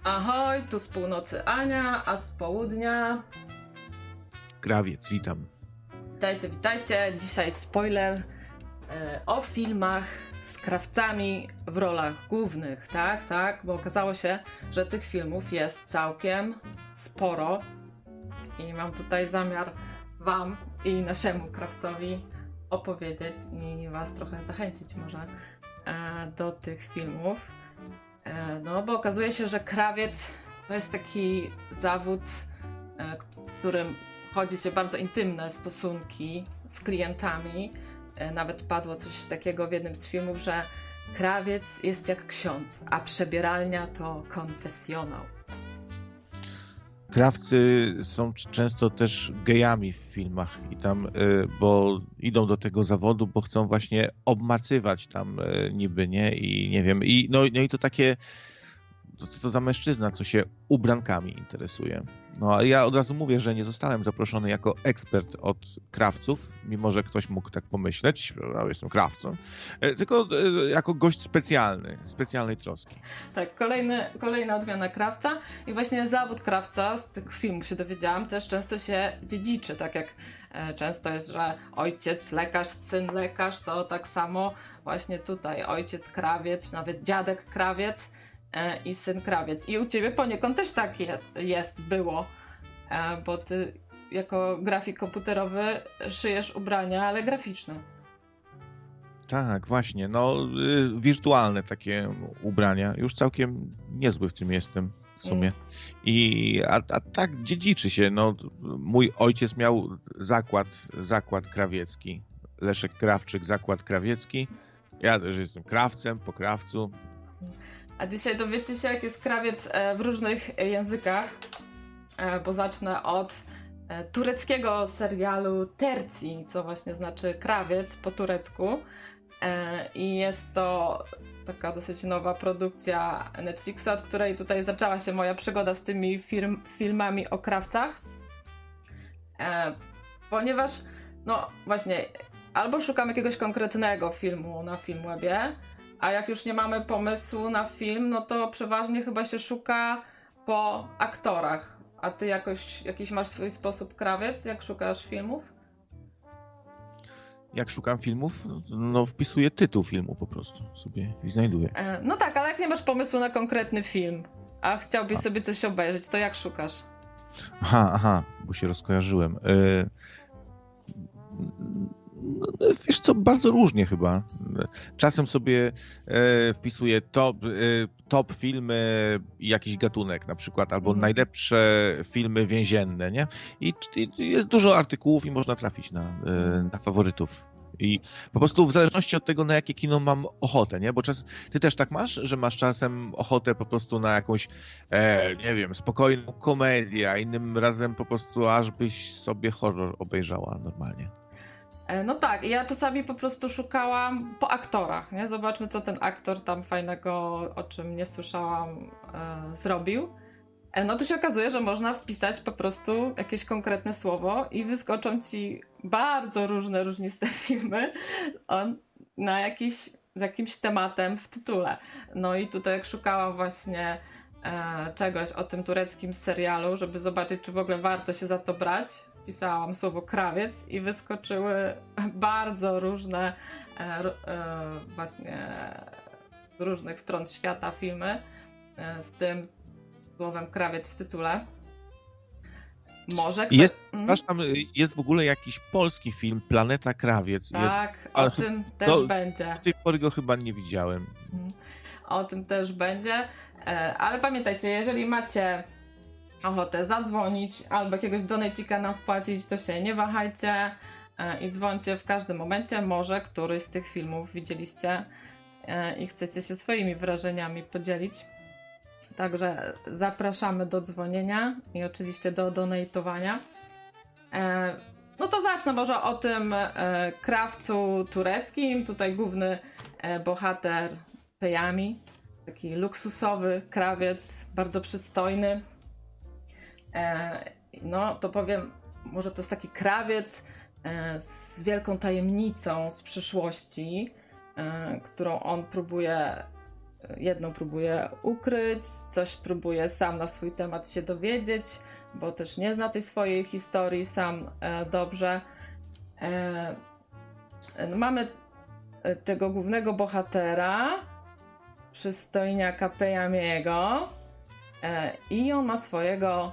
Ahoj, tu z północy Ania, a z południa... Krawiec, witam. Witajcie. Dzisiaj spoiler o filmach z krawcami w rolach głównych, tak, bo okazało się, że tych filmów jest całkiem sporo i mam tutaj zamiar wam i naszemu krawcowi opowiedzieć i was trochę zachęcić może do tych filmów. No, bo okazuje się, że krawiec to jest taki zawód, w którym chodzi się bardzo intymne stosunki z klientami. Nawet padło coś takiego w jednym z filmów, że krawiec jest jak ksiądz, a przebieralnia to konfesjonał. Krawcy są często też gejami w filmach i tam, bo idą do tego zawodu, bo chcą właśnie obmacywać tam niby, nie? I nie wiem, no i to takie, co to za mężczyzna, co się ubrankami interesuje. No a ja od razu mówię, że nie zostałem zaproszony jako ekspert od krawców, mimo że ktoś mógł tak pomyśleć, że jestem krawcą, tylko jako gość specjalnej troski. Tak, kolejna odmiana krawca i właśnie zawód krawca, z tych filmów się dowiedziałam, też często się dziedziczy, tak jak często jest, że ojciec lekarz, syn lekarz, to tak samo właśnie tutaj ojciec krawiec, nawet dziadek krawiec i syn krawiec. I u ciebie poniekąd też tak było, bo ty jako grafik komputerowy szyjesz ubrania, ale graficzne. Tak, właśnie, no wirtualne takie ubrania. Już całkiem niezły w tym jestem w sumie. A tak dziedziczy się. No, mój ojciec miał zakład krawiecki. Leszek Krawczyk, zakład krawiecki. Ja też jestem krawcem, po krawcu. A dzisiaj dowiecie się, jak jest krawiec w różnych językach, bo zacznę od tureckiego serialu Terzi, co właśnie znaczy krawiec po turecku. I jest to taka dosyć nowa produkcja Netflixa, od której tutaj zaczęła się moja przygoda z tymi filmami o krawcach. Ponieważ, no właśnie, albo szukam jakiegoś konkretnego filmu na Filmwebie, a jak już nie mamy pomysłu na film, no to przeważnie chyba się szuka po aktorach. A ty jakiś masz swój sposób krawiec, jak szukasz filmów? Jak szukam filmów, no wpisuję tytuł filmu po prostu sobie i znajduję. No tak, ale jak nie masz pomysłu na konkretny film, a chciałbyś sobie coś obejrzeć, to jak szukasz? Aha, bo się rozkojarzyłem. Wiesz co, bardzo różnie chyba. Czasem sobie wpisuję top filmy, jakiś gatunek na przykład, albo najlepsze filmy więzienne, nie? I jest dużo artykułów i można trafić na faworytów. I po prostu w zależności od tego, na jakie kino mam ochotę, nie? Bo ty też tak masz, że masz czasem ochotę po prostu na jakąś, nie wiem, spokojną komedię, a innym razem po prostu aż byś sobie horror obejrzała normalnie. No tak, ja czasami po prostu szukałam po aktorach, nie? Zobaczmy, co ten aktor tam fajnego, o czym nie słyszałam, zrobił. No to się okazuje, że można wpisać po prostu jakieś konkretne słowo i wyskoczą ci bardzo różniste filmy z jakimś tematem w tytule. No i tutaj jak szukałam właśnie czegoś o tym tureckim serialu, żeby zobaczyć, czy w ogóle warto się za to brać, wpisałam słowo krawiec i wyskoczyły bardzo różne właśnie z różnych stron świata filmy z tym słowem krawiec w tytule. Może ktoś... Jest w ogóle jakiś polski film, Planeta Krawiec. Tak, o tym też będzie. Do tej pory go chyba nie widziałem. O tym też będzie. Ale pamiętajcie, jeżeli macie ochotę zadzwonić albo jakiegoś donate'ika nam wpłacić, to się nie wahajcie i dzwońcie w każdym momencie. Może któryś z tych filmów widzieliście i chcecie się swoimi wrażeniami podzielić. Także zapraszamy do dzwonienia i oczywiście do donate'owania. No to zacznę może o tym krawcu tureckim. Tutaj główny bohater Peyami. Taki luksusowy krawiec, bardzo przystojny. No to powiem, może to jest taki krawiec z wielką tajemnicą z przyszłości, którą on próbuje jedno próbuje ukryć, coś próbuje sam na swój temat się dowiedzieć, bo też nie zna tej swojej historii sam dobrze. No mamy tego głównego bohatera, przystojniaka Peyamiego, i on ma swojego,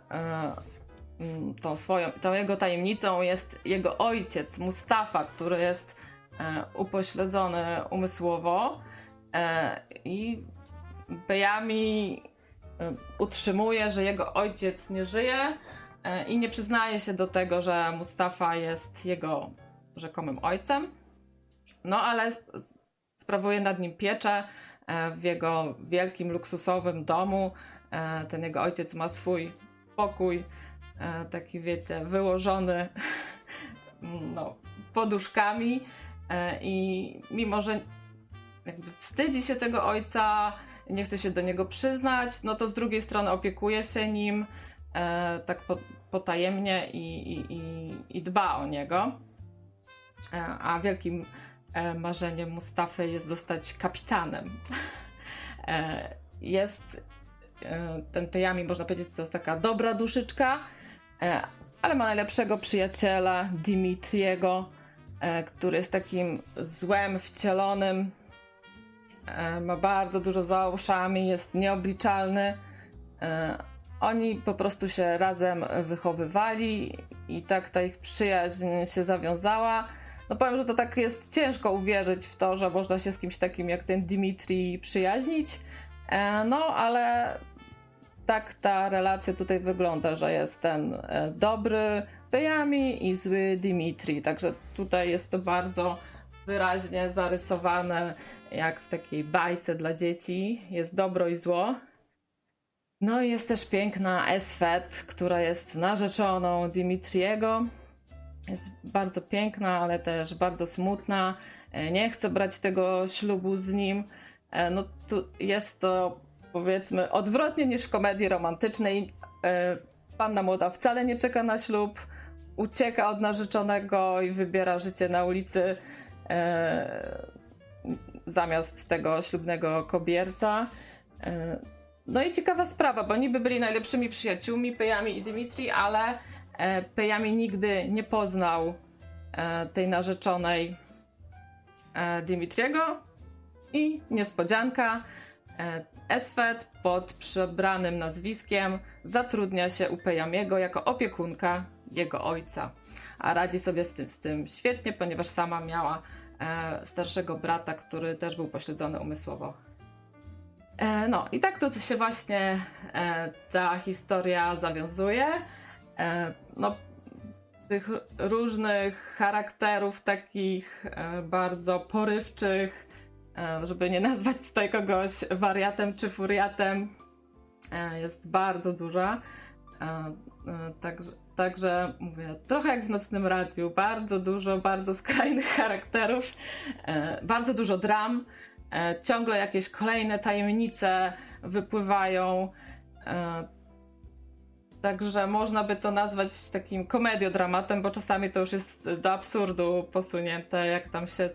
tą jego tajemnicą jest jego ojciec Mustafa, który jest upośledzony umysłowo, i Peyami utrzymuje, że jego ojciec nie żyje i nie przyznaje się do tego, że Mustafa jest jego rzekomym ojcem. No ale sprawuje nad nim pieczę w jego wielkim, luksusowym domu. Ten jego ojciec ma swój pokój, taki wiecie, wyłożony no, poduszkami, i mimo, że jakby wstydzi się tego ojca, nie chce się do niego przyznać, no to z drugiej strony opiekuje się nim tak potajemnie i dba o niego. A wielkim marzeniem Mustafy jest zostać kapitanem. Jest ten Peyami, można powiedzieć, to jest taka dobra duszyczka, ale ma najlepszego przyjaciela Dimitriego, który jest takim złem wcielonym, ma bardzo dużo za uszami, jest nieobliczalny. Oni po prostu się razem wychowywali i tak ta ich przyjaźń się zawiązała. No powiem, że to tak jest ciężko uwierzyć w to, że można się z kimś takim jak ten Dimitri przyjaźnić. No ale tak ta relacja tutaj wygląda, że jest ten dobry Peyami i zły Dimitri. Także tutaj jest to bardzo wyraźnie zarysowane, jak w takiej bajce dla dzieci. Jest dobro i zło. No i jest też piękna Esfet, która jest narzeczoną Dimitriego. Jest bardzo piękna, ale też bardzo smutna. Nie chce brać tego ślubu z nim. No tu jest to, powiedzmy, odwrotnie niż w komedii romantycznej. Panna młoda wcale nie czeka na ślub, ucieka od narzeczonego i wybiera życie na ulicy zamiast tego ślubnego kobierca. No i ciekawa sprawa, bo niby byli najlepszymi przyjaciółmi, Peyami i Dimitri, ale Peyami nigdy nie poznał tej narzeczonej Dimitriego i niespodzianka, Esfet pod przebranym nazwiskiem zatrudnia się u Peyamiego jako opiekunka jego ojca, a radzi sobie z tym świetnie, ponieważ sama miała starszego brata, który też był pośledzony umysłowo. No i tak to się właśnie ta historia zawiązuje. No, tych różnych charakterów takich bardzo porywczych, żeby nie nazwać tutaj kogoś wariatem czy furiatem, jest bardzo duża. Także mówię, trochę jak w Nocnym Radiu, bardzo dużo, bardzo skrajnych charakterów, bardzo dużo dram, ciągle jakieś kolejne tajemnice wypływają. Także można by to nazwać takim komediodramatem, bo czasami to już jest do absurdu posunięte, jak tam się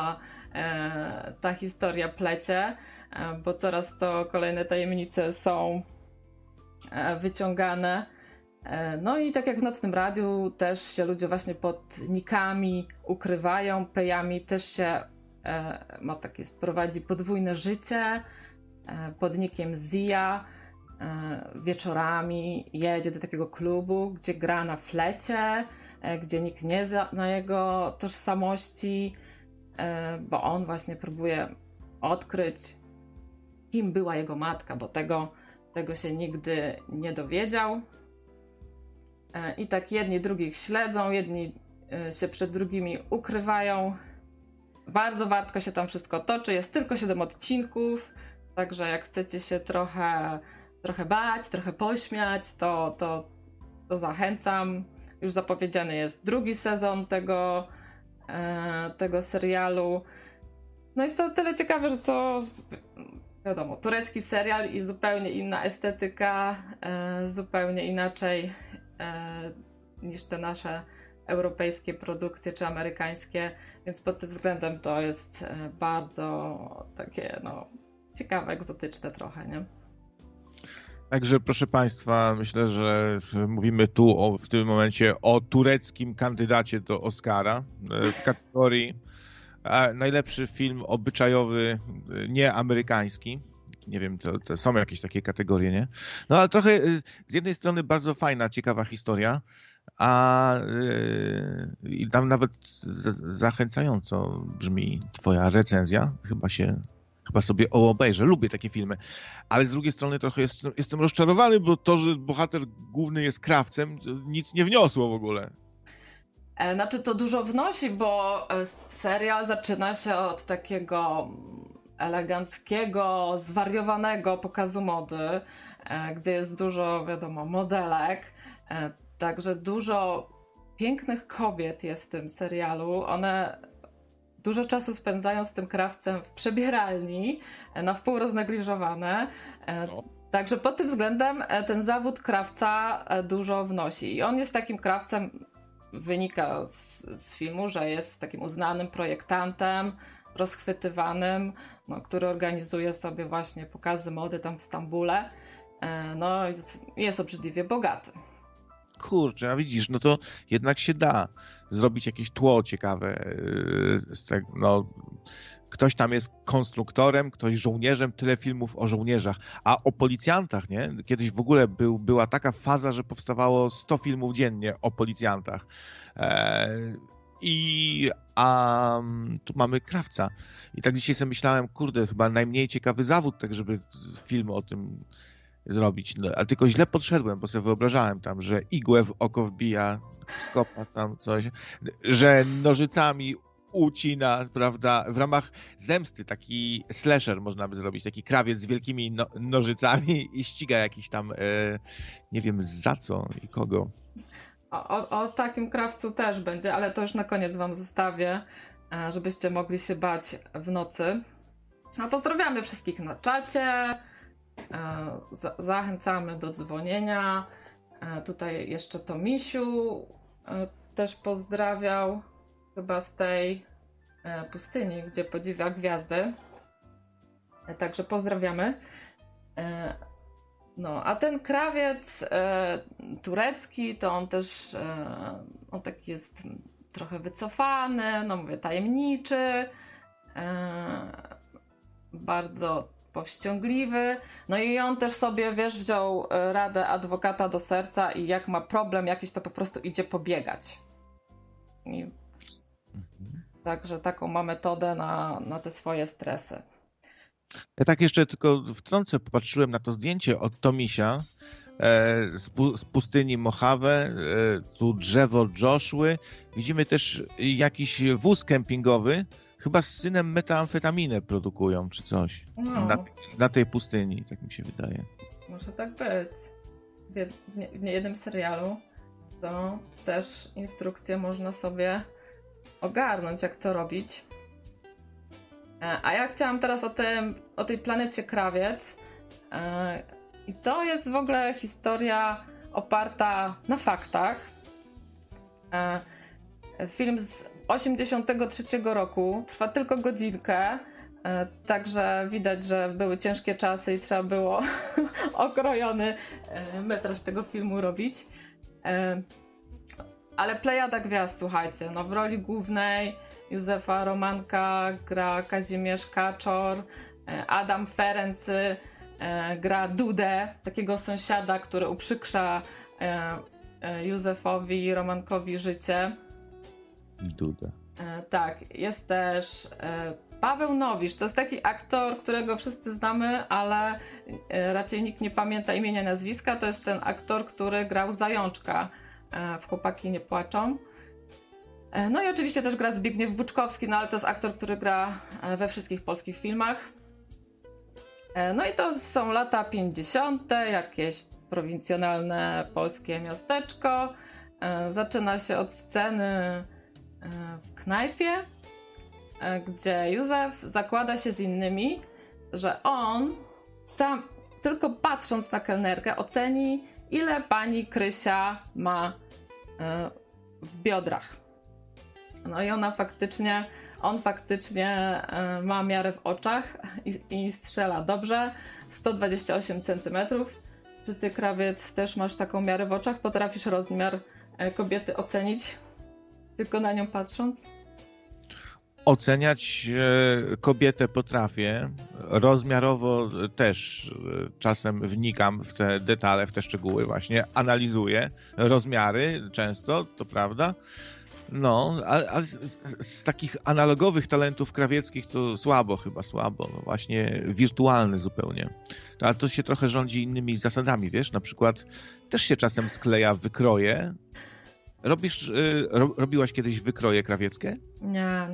ta historia plecie, bo coraz to kolejne tajemnice są wyciągane. No i tak jak w Nocnym Radiu też się ludzie właśnie pod nikami ukrywają. Peyami też się ma takie, prowadzi podwójne życie pod nikiem Zia. Wieczorami jedzie do takiego klubu, gdzie gra na flecie, gdzie nikt nie zna jego tożsamości, bo on właśnie próbuje odkryć, kim była jego matka, bo tego się nigdy nie dowiedział. I tak jedni drugich śledzą, jedni się przed drugimi ukrywają. Bardzo wartko się tam wszystko toczy, jest tylko 7 odcinków, także jak chcecie się trochę bać, trochę pośmiać, to zachęcam. Już zapowiedziany jest 2. sezon tego serialu. No jest to tyle ciekawe, że to wiadomo, turecki serial i zupełnie inna estetyka, zupełnie inaczej niż te nasze europejskie produkcje czy amerykańskie, więc pod tym względem to jest bardzo takie, no, ciekawe, egzotyczne trochę, nie? Także proszę Państwa, myślę, że mówimy tu w tym momencie o tureckim kandydacie do Oscara w kategorii najlepszy film obyczajowy, nie amerykański. Nie wiem, to są jakieś takie kategorie, nie? No ale trochę z jednej strony bardzo fajna, ciekawa historia, a i tam nawet zachęcająco brzmi twoja recenzja. Chyba sobie obejrzę. Lubię takie filmy. Ale z drugiej strony trochę jestem rozczarowany, bo to, że bohater główny jest krawcem, nic nie wniosło w ogóle. Znaczy to dużo wnosi, bo serial zaczyna się od takiego eleganckiego, zwariowanego pokazu mody, gdzie jest dużo, wiadomo, modelek. Także dużo pięknych kobiet jest w tym serialu. One dużo czasu spędzają z tym krawcem w przebieralni, na wpół roznegliżowane. No. Także pod tym względem ten zawód krawca dużo wnosi. I on jest takim krawcem, wynika z filmu, że jest takim uznanym projektantem, rozchwytywanym, no, który organizuje sobie właśnie pokazy mody tam w Stambule. No jest obrzydliwie bogaty. Kurczę, a widzisz, no to jednak się da zrobić jakieś tło ciekawe. No, ktoś tam jest konstruktorem, ktoś żołnierzem, tyle filmów o żołnierzach. A o policjantach, nie? Kiedyś w ogóle była taka faza, że powstawało 100 filmów dziennie o policjantach. A tu mamy krawca. I tak dzisiaj sobie myślałem, kurde, chyba najmniej ciekawy zawód, tak żeby film o tym zrobić. No, ale tylko źle podszedłem, bo sobie wyobrażałem tam, że igłę w oko wbija, skopa tam coś, że nożycami ucina, prawda, w ramach zemsty taki slasher można by zrobić, taki krawiec z wielkimi nożycami i ściga jakiś tam, nie wiem za co i kogo. O takim krawcu też będzie, ale to już na koniec wam zostawię, żebyście mogli się bać w nocy. A pozdrawiamy wszystkich na czacie. Zachęcamy do dzwonienia. Tutaj jeszcze Tomisiu też pozdrawiał, chyba z tej pustyni, gdzie podziwia gwiazdy. Także pozdrawiamy. No, a ten krawiec turecki, to on też on taki jest trochę wycofany, no mówię, tajemniczy, bardzo powściągliwy. No i on też sobie, wiesz, wziął radę adwokata do serca i jak ma problem jakiś, to po prostu idzie pobiegać. I także taką ma metodę na te swoje stresy. Ja tak jeszcze tylko wtrącę, popatrzyłem na to zdjęcie od Tomisia z pustyni Mojave, tu drzewo Joshły. Widzimy też jakiś wóz kempingowy, chyba z synem metamfetaminę produkują, czy coś. No. Na tej pustyni, tak mi się wydaje. Może tak być. W niejednym serialu to też instrukcje można sobie ogarnąć, jak to robić. A ja chciałam teraz o tej planecie Krawiec. I to jest w ogóle historia oparta na faktach. Film z 1983 roku, trwa tylko godzinkę, także widać, że były ciężkie czasy i trzeba było okrojony metraż tego filmu robić. Ale plejada gwiazd, słuchajcie, no w roli głównej Józefa Romanka gra Kazimierz Kaczor, Adam Ferency gra Dudę, takiego sąsiada, który uprzykrza Józefowi Romankowi życie. Duda. Tak, jest też Paweł Nowisz, to jest taki aktor, którego wszyscy znamy, ale raczej nikt nie pamięta imienia, nazwiska. To jest ten aktor, który grał Zajączka w Chłopaki nie płaczą. No i oczywiście też gra Zbigniew Buczkowski, no ale to jest aktor, który gra we wszystkich polskich filmach. No i to są lata 50., jakieś prowincjonalne polskie miasteczko. Zaczyna się od sceny w knajpie, gdzie Józef zakłada się z innymi, że on sam, tylko patrząc na kelnerkę, oceni, ile pani Krysia ma w biodrach. No i ona faktycznie on faktycznie ma miarę w oczach i strzela dobrze. 128 cm. Czy ty, krawiec, też masz taką miarę w oczach? Potrafisz rozmiar kobiety ocenić, tylko na nią patrząc? Oceniać kobietę potrafię. Rozmiarowo też czasem wnikam w te detale, w te szczegóły właśnie. Analizuję rozmiary często, to prawda. No, a z takich analogowych talentów krawieckich to słabo. No właśnie wirtualny zupełnie. Ale to się trochę rządzi innymi zasadami, wiesz? Na przykład też się czasem skleja wykroje. Robiłaś kiedyś wykroje krawieckie? Nie.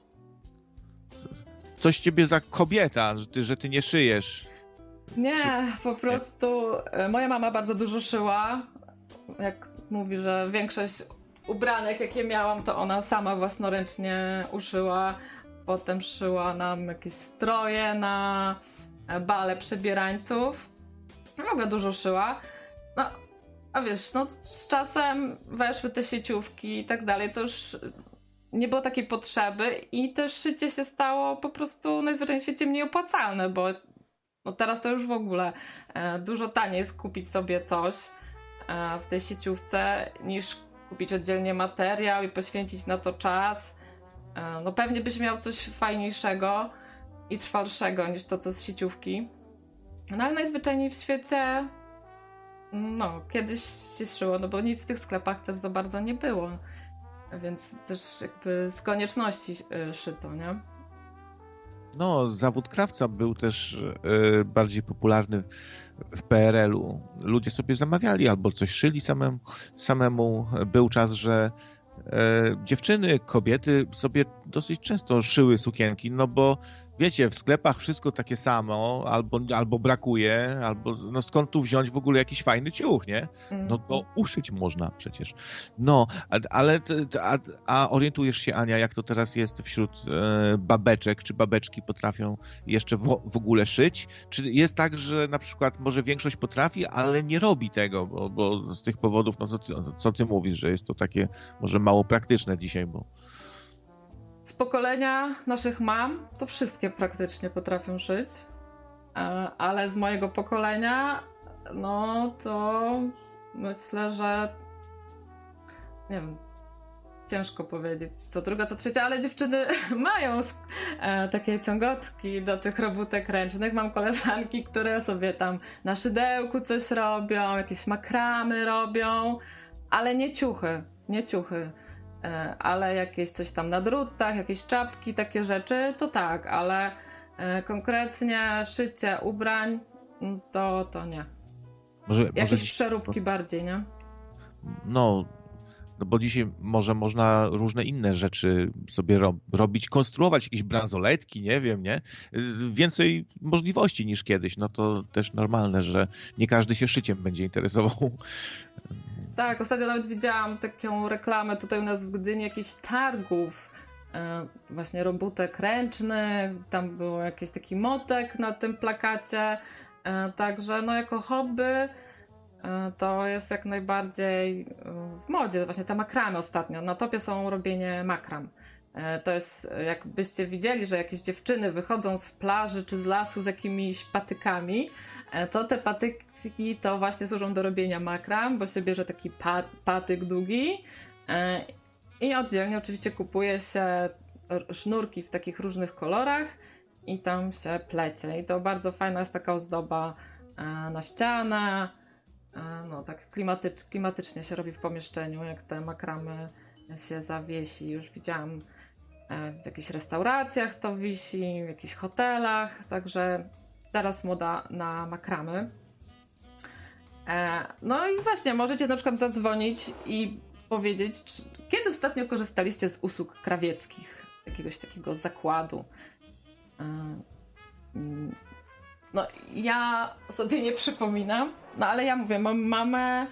Coś ciebie za kobieta, że ty nie szyjesz. Nie, po prostu moja mama bardzo dużo szyła. Jak mówi, że większość ubranek, jakie miałam, to ona sama własnoręcznie uszyła. Potem szyła nam jakieś stroje na bale przebierańców. W ogóle dużo szyła. No, a wiesz, no z czasem weszły te sieciówki i tak dalej, to już nie było takiej potrzeby i też szycie się stało po prostu najzwyczajniej w świecie mniej opłacalne, bo no teraz to już w ogóle dużo taniej jest kupić sobie coś w tej sieciówce niż kupić oddzielnie materiał i poświęcić na to czas. No pewnie byś miał coś fajniejszego i trwalszego niż to, co z sieciówki. No ale najzwyczajniej w świecie no kiedyś się szyło, no bo nic w tych sklepach też za bardzo nie było. Więc też jakby z konieczności szyto, nie? No, zawód krawca był też bardziej popularny w PRL-u. Ludzie sobie zamawiali albo coś szyli samemu. Był czas, że dziewczyny, kobiety sobie dosyć często szyły sukienki, no bo wiecie, w sklepach wszystko takie samo, albo brakuje, albo no skąd tu wziąć w ogóle jakiś fajny ciuch, nie? No to uszyć można przecież. No, ale orientujesz się, Ania, jak to teraz jest wśród babeczek? Czy babeczki potrafią jeszcze w ogóle szyć? Czy jest tak, że na przykład może większość potrafi, ale nie robi tego, bo z tych powodów, no co ty mówisz, że jest to takie może mało praktyczne dzisiaj, bo z pokolenia naszych mam to wszystkie praktycznie potrafią szyć, ale z mojego pokolenia no to myślę, że nie wiem, ciężko powiedzieć co druga, co trzecia, ale dziewczyny mają takie ciągotki do tych robótek ręcznych. Mam koleżanki, które sobie tam na szydełku coś robią, jakieś makramy robią, ale nie ciuchy. Ale jakieś coś tam na drutach, jakieś czapki, takie rzeczy, to tak, ale konkretnie szycie ubrań, to nie. Jakieś przeróbki bardziej, nie? No bo dzisiaj może można różne inne rzeczy sobie robić, konstruować jakieś bransoletki, nie wiem, nie? Więcej możliwości niż kiedyś, no to też normalne, że nie każdy się szyciem będzie interesował. Tak, ostatnio nawet widziałam taką reklamę tutaj u nas w Gdyni, jakichś targów właśnie robótek ręcznych, tam był jakiś taki motek na tym plakacie, także no jako hobby to jest jak najbardziej w modzie, właśnie te makramy ostatnio, na topie są robienie makram. To jest, jakbyście widzieli, że jakieś dziewczyny wychodzą z plaży czy z lasu z jakimiś patykami, to te patyki to właśnie służą do robienia makram, bo się bierze taki patyk długi i oddzielnie oczywiście kupuje się sznurki w takich różnych kolorach i tam się plecie. I to bardzo fajna jest taka ozdoba na ścianę. No tak klimatycznie się robi w pomieszczeniu, jak te makramy się zawiesi. Już widziałam w jakichś restauracjach to wisi, w jakichś hotelach, także teraz moda na makramy. No i właśnie, możecie na przykład zadzwonić i powiedzieć, kiedy ostatnio korzystaliście z usług krawieckich, jakiegoś takiego zakładu. No ja sobie nie przypominam, no ale ja mówię, mam mamę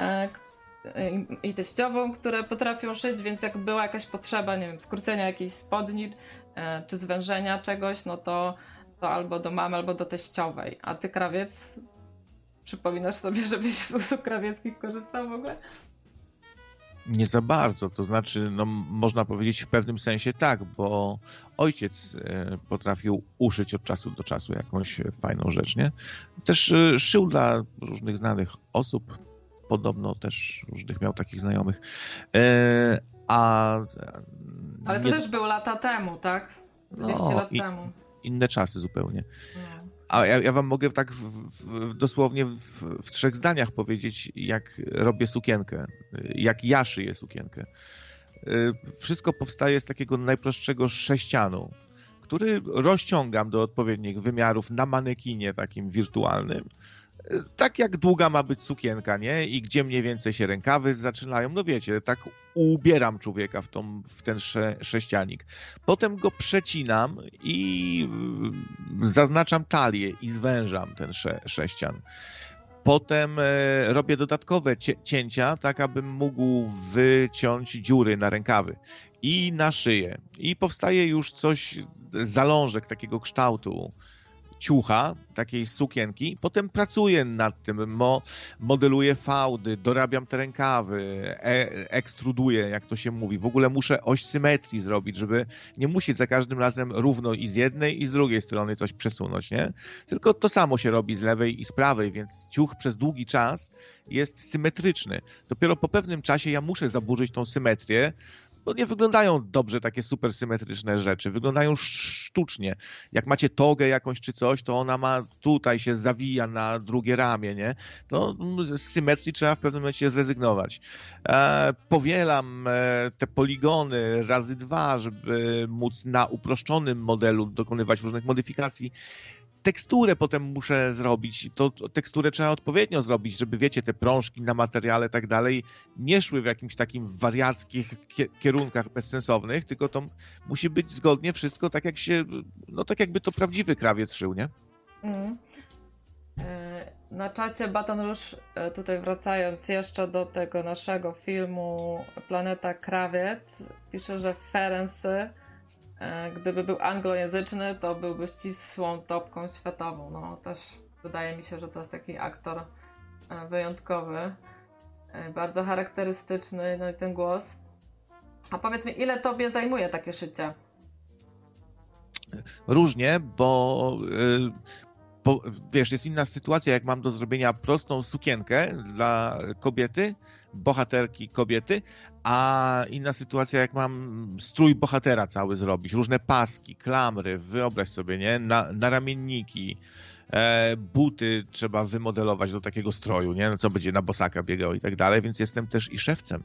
i teściową, które potrafią szyć, więc jak była jakaś potrzeba, nie wiem, skrócenia jakiejś spodni czy zwężenia czegoś, no to albo do mamy, albo do teściowej. A ty, krawiec, przypominasz sobie, żebyś z usług krawieckich korzystał w ogóle? Nie za bardzo, to znaczy, no, można powiedzieć w pewnym sensie tak, bo ojciec potrafił uszyć od czasu do czasu jakąś fajną rzecz, nie? Też szył dla różnych znanych osób, podobno też różnych miał takich znajomych. Ale to też było lata temu, tak? 20 lat temu. Inne czasy zupełnie. No. A ja wam mogę tak dosłownie w 3 zdaniach powiedzieć, jak robię sukienkę, jak ja szyję sukienkę. Wszystko powstaje z takiego najprostszego sześcianu, który rozciągam do odpowiednich wymiarów na manekinie takim wirtualnym. Tak jak długa ma być sukienka, nie? I gdzie mniej więcej się rękawy zaczynają. No wiecie, tak ubieram człowieka w ten sześcianik. Potem go przecinam i zaznaczam talię i zwężam ten sześcian. Potem robię dodatkowe cięcia, tak abym mógł wyciąć dziury na rękawy i na szyję. I powstaje już coś, zalążek takiego kształtu ciucha, takiej sukienki, potem pracuję nad tym, modeluję fałdy, dorabiam te rękawy, ekstruduję, jak to się mówi. W ogóle muszę oś symetrii zrobić, żeby nie musieć za każdym razem równo i z jednej i z drugiej strony coś przesunąć, nie? Tylko to samo się robi z lewej i z prawej, więc ciuch przez długi czas jest symetryczny. Dopiero po pewnym czasie ja muszę zaburzyć tą symetrię, bo nie wyglądają dobrze takie super symetryczne rzeczy, wyglądają sztucznie. Jak macie togę jakąś czy coś, to ona ma tutaj się zawija na drugie ramię, nie? To z symetrii trzeba w pewnym momencie zrezygnować. Powielam te poligony razy 2, żeby móc na uproszczonym modelu dokonywać różnych modyfikacji. Teksturę potem muszę zrobić, to teksturę trzeba odpowiednio zrobić, żeby wiecie, te prążki na materiale i tak dalej nie szły w jakimś takim wariackich kierunkach bezsensownych, tylko to musi być zgodnie wszystko tak jak się, no tak jakby to prawdziwy krawiec szył, nie? Na czacie Baton Rouge, tutaj wracając jeszcze do tego naszego filmu Planeta Krawiec, pisze, że Ferency, gdyby był anglojęzyczny, to byłby ścisłą topką światową. No też wydaje mi się, że to jest taki aktor wyjątkowy, bardzo charakterystyczny, no i ten głos. A powiedz mi, ile tobie zajmuje takie szycie? Różnie, bo wiesz, jest inna sytuacja, jak mam do zrobienia prostą sukienkę dla kobiety, bohaterki kobiety, a inna sytuacja, jak mam strój bohatera cały zrobić, różne paski, klamry, wyobraź sobie, nie? Naramienniki, buty trzeba wymodelować do takiego stroju, nie? No, co będzie na bosaka biegał i tak dalej, więc jestem też i szewcem.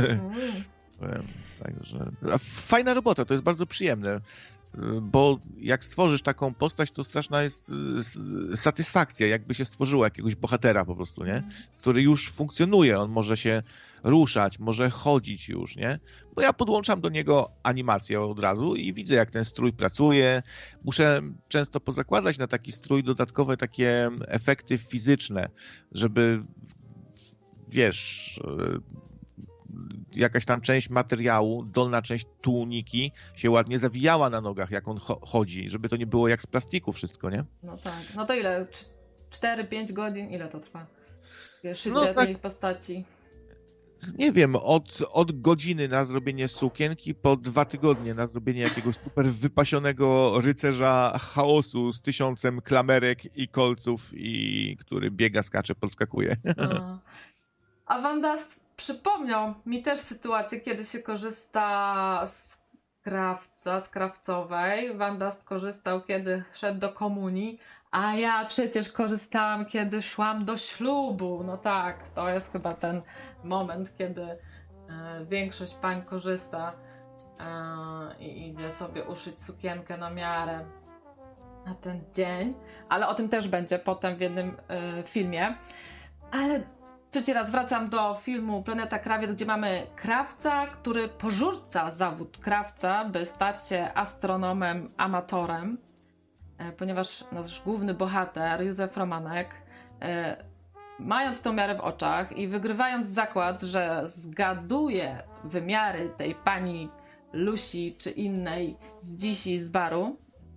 Także fajna robota, to jest bardzo przyjemne. Bo jak stworzysz taką postać, to straszna jest satysfakcja, jakby się stworzyło jakiegoś bohatera po prostu, nie? Który już funkcjonuje, on może się ruszać, może chodzić już, nie? Bo ja podłączam do niego animację od razu i widzę, jak ten strój pracuje. Muszę często pozakładać na taki strój dodatkowe takie efekty fizyczne, żeby, wiesz, jakaś tam część materiału, dolna część tuniki się ładnie zawijała na nogach, jak on chodzi, żeby to nie było jak z plastiku wszystko, nie? No tak. No to ile? 4-5 godzin? Ile to trwa? Szycie no, tak, tej postaci? Nie wiem, od godziny na zrobienie sukienki po 2 tygodnie na zrobienie jakiegoś super wypasionego rycerza chaosu z 1000 klamerek i kolców, i który biega, skacze, podskakuje. A Wanda przypomniał mi też sytuację, kiedy się korzysta z krawcowej. Wanda korzystał, kiedy szedł do komunii, a ja przecież korzystałam, kiedy szłam do ślubu. No tak, to jest chyba ten moment, kiedy większość pań korzysta i idzie sobie uszyć sukienkę na miarę na ten dzień. Ale o tym też będzie potem w jednym filmie. Ale trzeci raz wracam do filmu Planeta Krawiec, gdzie mamy krawca, który porzuca zawód krawca, by stać się astronomem, amatorem, ponieważ nasz główny bohater, Józef Romanek, mając tą miarę w oczach i wygrywając zakład, że zgaduje wymiary tej pani Lusi czy innej z dzisi z baru,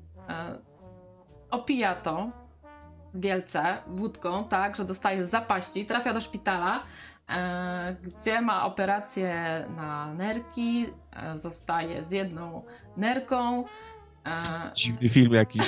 opija to wielce wódką, tak, że dostaje zapaści, trafia do szpitala, gdzie ma operację na nerki, zostaje z jedną nerką. Dziwny film jakiś.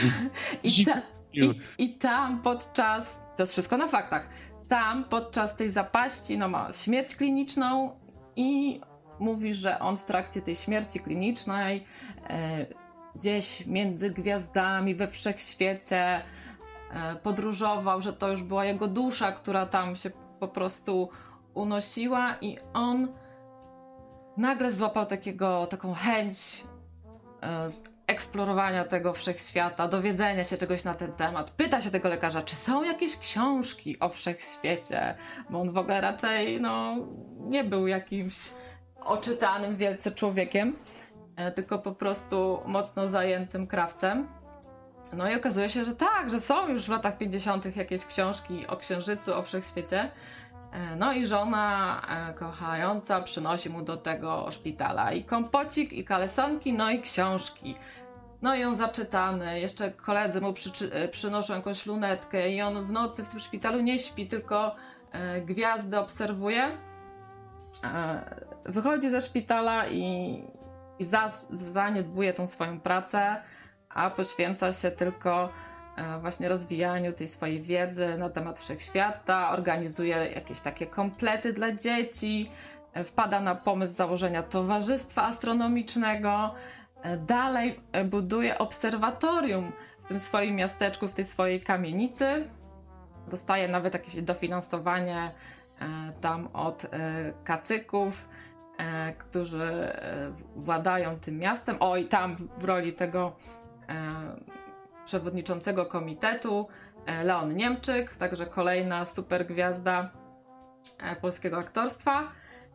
I tam podczas, to jest wszystko na faktach, tam podczas tej zapaści ma śmierć kliniczną i mówi, że on w trakcie tej śmierci klinicznej gdzieś między gwiazdami we wszechświecie podróżował, że to już była jego dusza, która tam się po prostu unosiła i on nagle złapał taką chęć eksplorowania tego wszechświata, dowiedzenia się czegoś na ten temat. Pyta się tego lekarza, czy są jakieś książki o wszechświecie, bo on w ogóle raczej nie był jakimś oczytanym wielce człowiekiem, tylko po prostu mocno zajętym krawcem. No i okazuje się, że tak, że są już w latach 50. jakieś książki o Księżycu, o wszechświecie. No i żona kochająca przynosi mu do tego szpitala i kompocik, i kalesonki, no i książki. No i on zaczytany, jeszcze koledzy mu przynoszą jakąś lunetkę i on w nocy w tym szpitalu nie śpi, tylko gwiazdy obserwuje. Wychodzi ze szpitala i zaniedbuje tą swoją pracę, a poświęca się tylko właśnie rozwijaniu tej swojej wiedzy na temat wszechświata, organizuje jakieś takie komplety dla dzieci, wpada na pomysł założenia towarzystwa astronomicznego, dalej buduje obserwatorium w tym swoim miasteczku, w tej swojej kamienicy, dostaje nawet jakieś dofinansowanie tam od kacyków, którzy władają tym miastem. O, i tam w roli tego przewodniczącego komitetu Leon Niemczyk, także kolejna super gwiazda polskiego aktorstwa.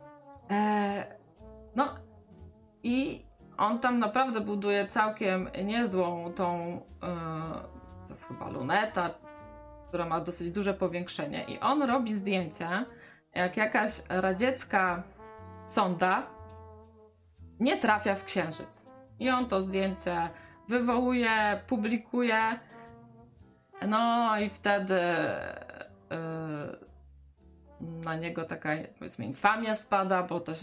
No i on tam naprawdę buduje całkiem niezłą to jest chyba luneta, która ma dosyć duże powiększenie i on robi zdjęcia, jak jakaś radziecka sonda nie trafia w Księżyc. I on to zdjęcie wywołuje, publikuje, no i wtedy na niego taka, powiedzmy, infamia spada, bo to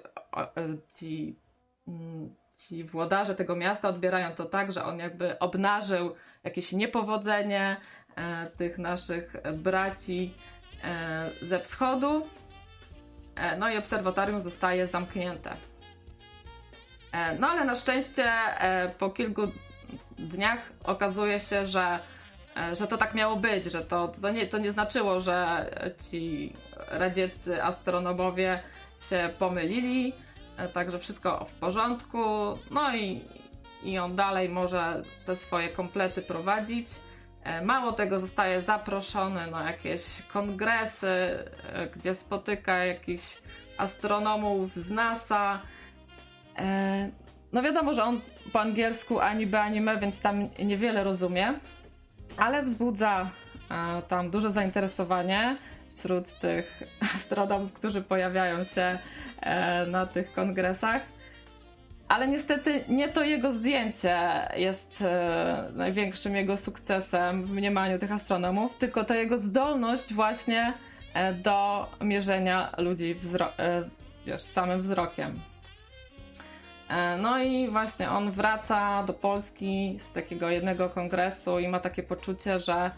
ci włodarze tego miasta odbierają to tak, że on jakby obnażył jakieś niepowodzenie tych naszych braci ze wschodu, no i obserwatorium zostaje zamknięte. No ale na szczęście po kilku dniach okazuje się, że to tak miało być, że to nie znaczyło, że ci radzieccy astronomowie się pomylili, także wszystko w porządku, no i on dalej może te swoje komplety prowadzić. Mało tego, zostaje zaproszony na jakieś kongresy, gdzie spotyka jakichś astronomów z NASA. No wiadomo, że on po angielsku ani by, ani me, więc tam niewiele rozumie, ale wzbudza tam duże zainteresowanie wśród tych astronomów, którzy pojawiają się na tych kongresach. Ale niestety nie to jego zdjęcie jest największym jego sukcesem w mniemaniu tych astronomów, tylko to jego zdolność właśnie do mierzenia ludzi samym wzrokiem. No i właśnie on wraca do Polski z takiego jednego kongresu i ma takie poczucie, że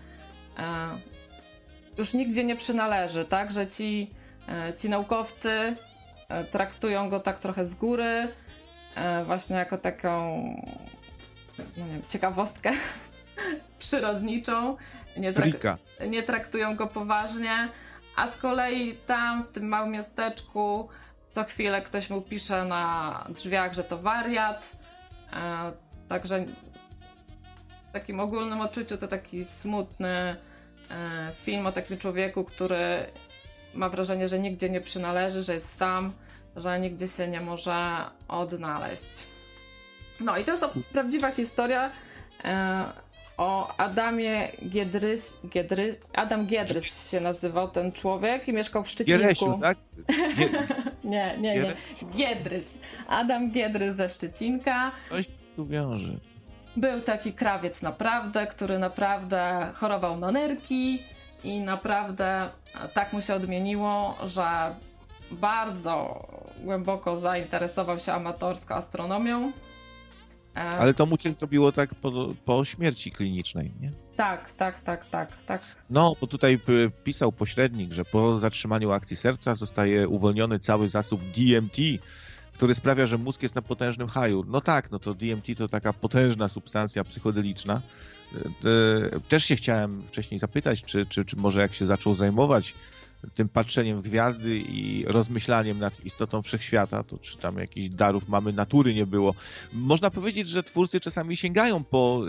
już nigdzie nie przynależy, tak? Że ci naukowcy traktują go tak trochę z góry, właśnie jako taką, no nie wiem, ciekawostkę przyrodniczą. Nie traktują go poważnie, a z kolei tam w tym małym miasteczku co chwilę ktoś mu pisze na drzwiach, że to wariat. Także w takim ogólnym odczuciu to taki smutny film o takim człowieku, który ma wrażenie, że nigdzie nie przynależy, że jest sam, że nigdzie się nie może odnaleźć. No i to jest prawdziwa historia o Adamie Adam Giedrys się nazywał ten człowiek i mieszkał w Szczecinku. Gieresiu, tak? Nie. Giedrys. Adam Giedrys ze Szczecinka. Coś tu wiąże. Był taki krawiec naprawdę, który naprawdę chorował na nerki. i naprawdę tak mu się odmieniło, że bardzo głęboko zainteresował się amatorsko astronomią. Ale to mu się zrobiło tak po śmierci klinicznej, nie? Tak. No, bo tutaj pisał pośrednik, że po zatrzymaniu akcji serca zostaje uwolniony cały zasób DMT, który sprawia, że mózg jest na potężnym haju. No tak, no to DMT to taka potężna substancja psychodeliczna. Też się chciałem wcześniej zapytać, czy może jak się zaczął zajmować tym patrzeniem w gwiazdy i rozmyślaniem nad istotą wszechświata, to czy tam jakichś darów mamy natury nie było. Można powiedzieć, że twórcy czasami sięgają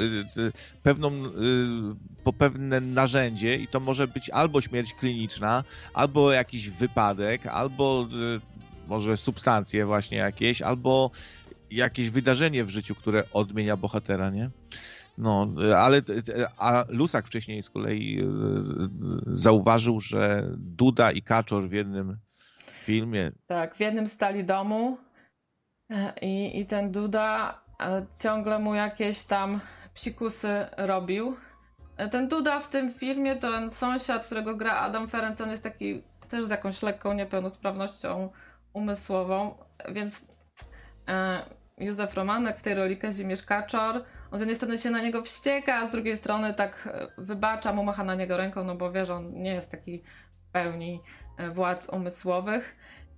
po pewne narzędzie i to może być albo śmierć kliniczna, albo jakiś wypadek, albo może substancje właśnie jakieś, albo jakieś wydarzenie w życiu, które odmienia bohatera, nie? No, a Lusak wcześniej z kolei zauważył, że Duda i Kaczor w jednym filmie. Tak, w jednym stali domu i ten Duda ciągle mu jakieś tam psikusy robił. Ten Duda w tym filmie, ten sąsiad, którego gra Adam Ferenc, on jest taki też z jakąś lekką niepełnosprawnością umysłową, więc Józef Romanek w tej roli Kazimierz Kaczor, on z jednej strony się na niego wścieka, a z drugiej strony tak wybacza mu, macha na niego ręką, no bo wie, że on nie jest taki w pełni władz umysłowych.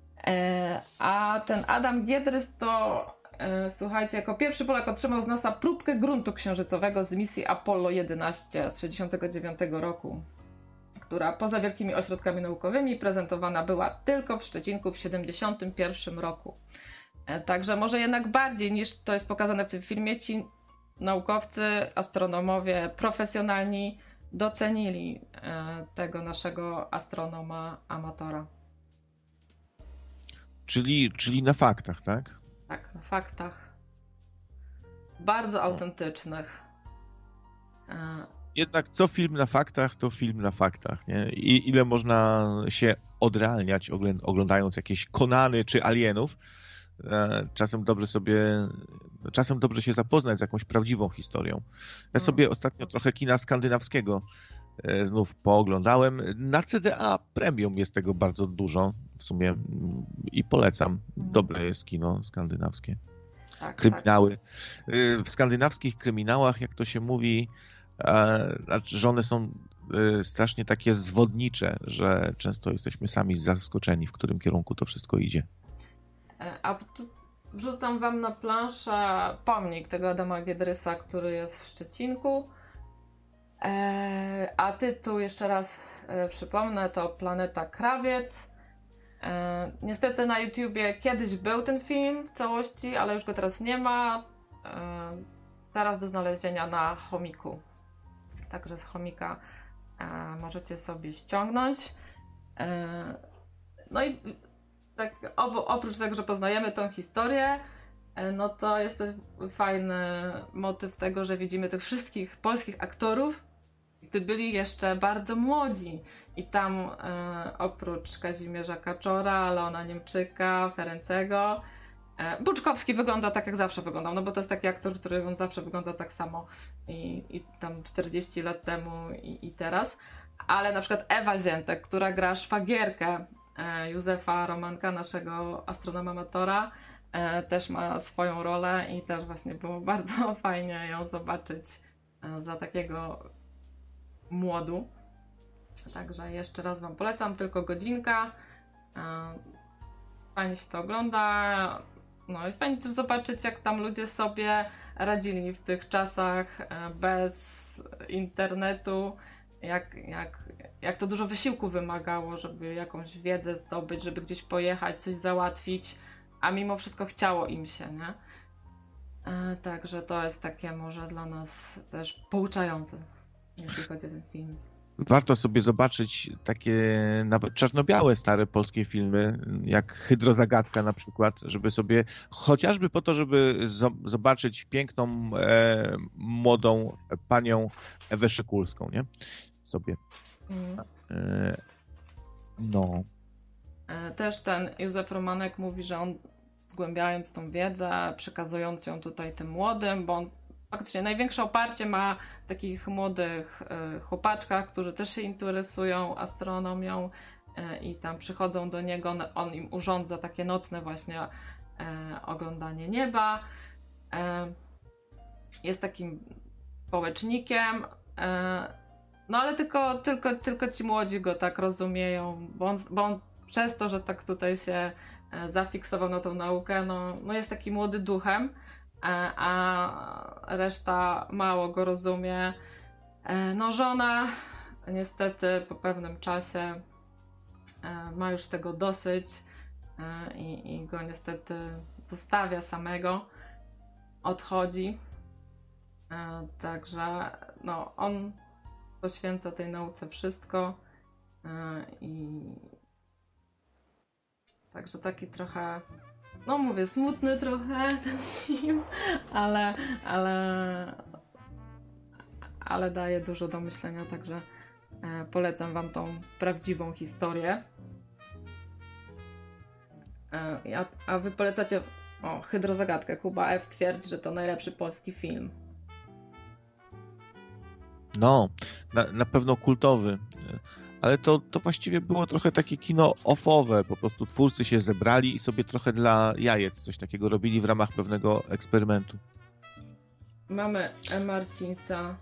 A ten Adam Giedrys to, słuchajcie, jako pierwszy Polak otrzymał z NASA próbkę gruntu księżycowego z misji Apollo 11 z 1969 roku, która poza wielkimi ośrodkami naukowymi prezentowana była tylko w Szczecinku w 1971 roku. Także może jednak bardziej niż to jest pokazane w tym filmie, ci naukowcy, astronomowie profesjonalni docenili tego naszego astronoma amatora. Czyli na faktach, tak? Tak, na faktach. Bardzo autentycznych. Jednak co film na faktach, to film na faktach, nie? I ile można się odrealniać oglądając jakieś Konany czy Alienów. Czasem dobrze się zapoznać z jakąś prawdziwą historią. Ja sobie ostatnio trochę kina skandynawskiego znów pooglądałem. Na CDA Premium jest tego bardzo dużo w sumie i polecam. Dobre jest kino skandynawskie. Tak, kryminały. Tak. W skandynawskich kryminałach, jak to się mówi, że one są strasznie takie zwodnicze, że często jesteśmy sami zaskoczeni, w którym kierunku to wszystko idzie. A tu wrzucam wam na planszę pomnik tego Adama Giedrysa, który jest w Szczecinku. A tytuł jeszcze raz przypomnę, to Planeta Krawiec. Niestety na YouTubie kiedyś był ten film w całości, ale już go teraz nie ma. Teraz do znalezienia na Chomiku. Także z Chomika możecie sobie ściągnąć. No i tak, oprócz tego, że poznajemy tą historię, no to jest też fajny motyw tego, że widzimy tych wszystkich polskich aktorów, gdy byli jeszcze bardzo młodzi. I tam oprócz Kazimierza Kaczora, Leona Niemczyka, Ferencego, Buczkowski wygląda tak, jak zawsze wyglądał, no bo to jest taki aktor, który on zawsze wygląda tak samo i tam 40 lat temu i teraz. Ale na przykład Ewa Ziętek, która gra szwagierkę Józefa Romanka, naszego astronoma amatora, też ma swoją rolę i też właśnie było bardzo fajnie ją zobaczyć za takiego młodu. Także jeszcze raz wam polecam, tylko godzinka. Fajnie się to ogląda. No i fajnie też zobaczyć, jak tam ludzie sobie radzili w tych czasach bez internetu. Jak to dużo wysiłku wymagało, żeby jakąś wiedzę zdobyć, żeby gdzieś pojechać, coś załatwić, a mimo wszystko chciało im się, nie? Także to jest takie może dla nas też pouczające, jeśli chodzi o ten film. Warto sobie zobaczyć takie nawet czarno-białe stare polskie filmy, jak Hydrozagadka na przykład, żeby sobie, chociażby po to, żeby zobaczyć piękną, młodą panią Ewę Szykulską, nie? Sobie. No. Też ten Józef Romanek mówi, że on zgłębiając tą wiedzę, przekazując ją tutaj tym młodym, bo on faktycznie największe oparcie ma w takich młodych chłopaczkach, którzy też się interesują astronomią i tam przychodzą do niego, on im urządza takie nocne właśnie oglądanie nieba. Jest takim społecznikiem, no ale tylko ci młodzi go tak rozumieją, bo on przez to, że tak tutaj się zafiksował na tą naukę, no jest taki młody duchem, a reszta mało go rozumie. No żona niestety po pewnym czasie ma już tego dosyć i go niestety zostawia samego, odchodzi. Także no, on poświęca tej nauce wszystko i także taki trochę, no mówię, smutny trochę ten film, ale daje dużo do myślenia, także polecam wam tą prawdziwą historię. A wy polecacie Hydrozagadkę. Kuba F. twierdzi, że to najlepszy polski film. No, na pewno kultowy. Ale to właściwie było trochę takie kino offowe. Po prostu twórcy się zebrali i sobie trochę dla jajec coś takiego robili w ramach pewnego eksperymentu. Mamy Marcinsa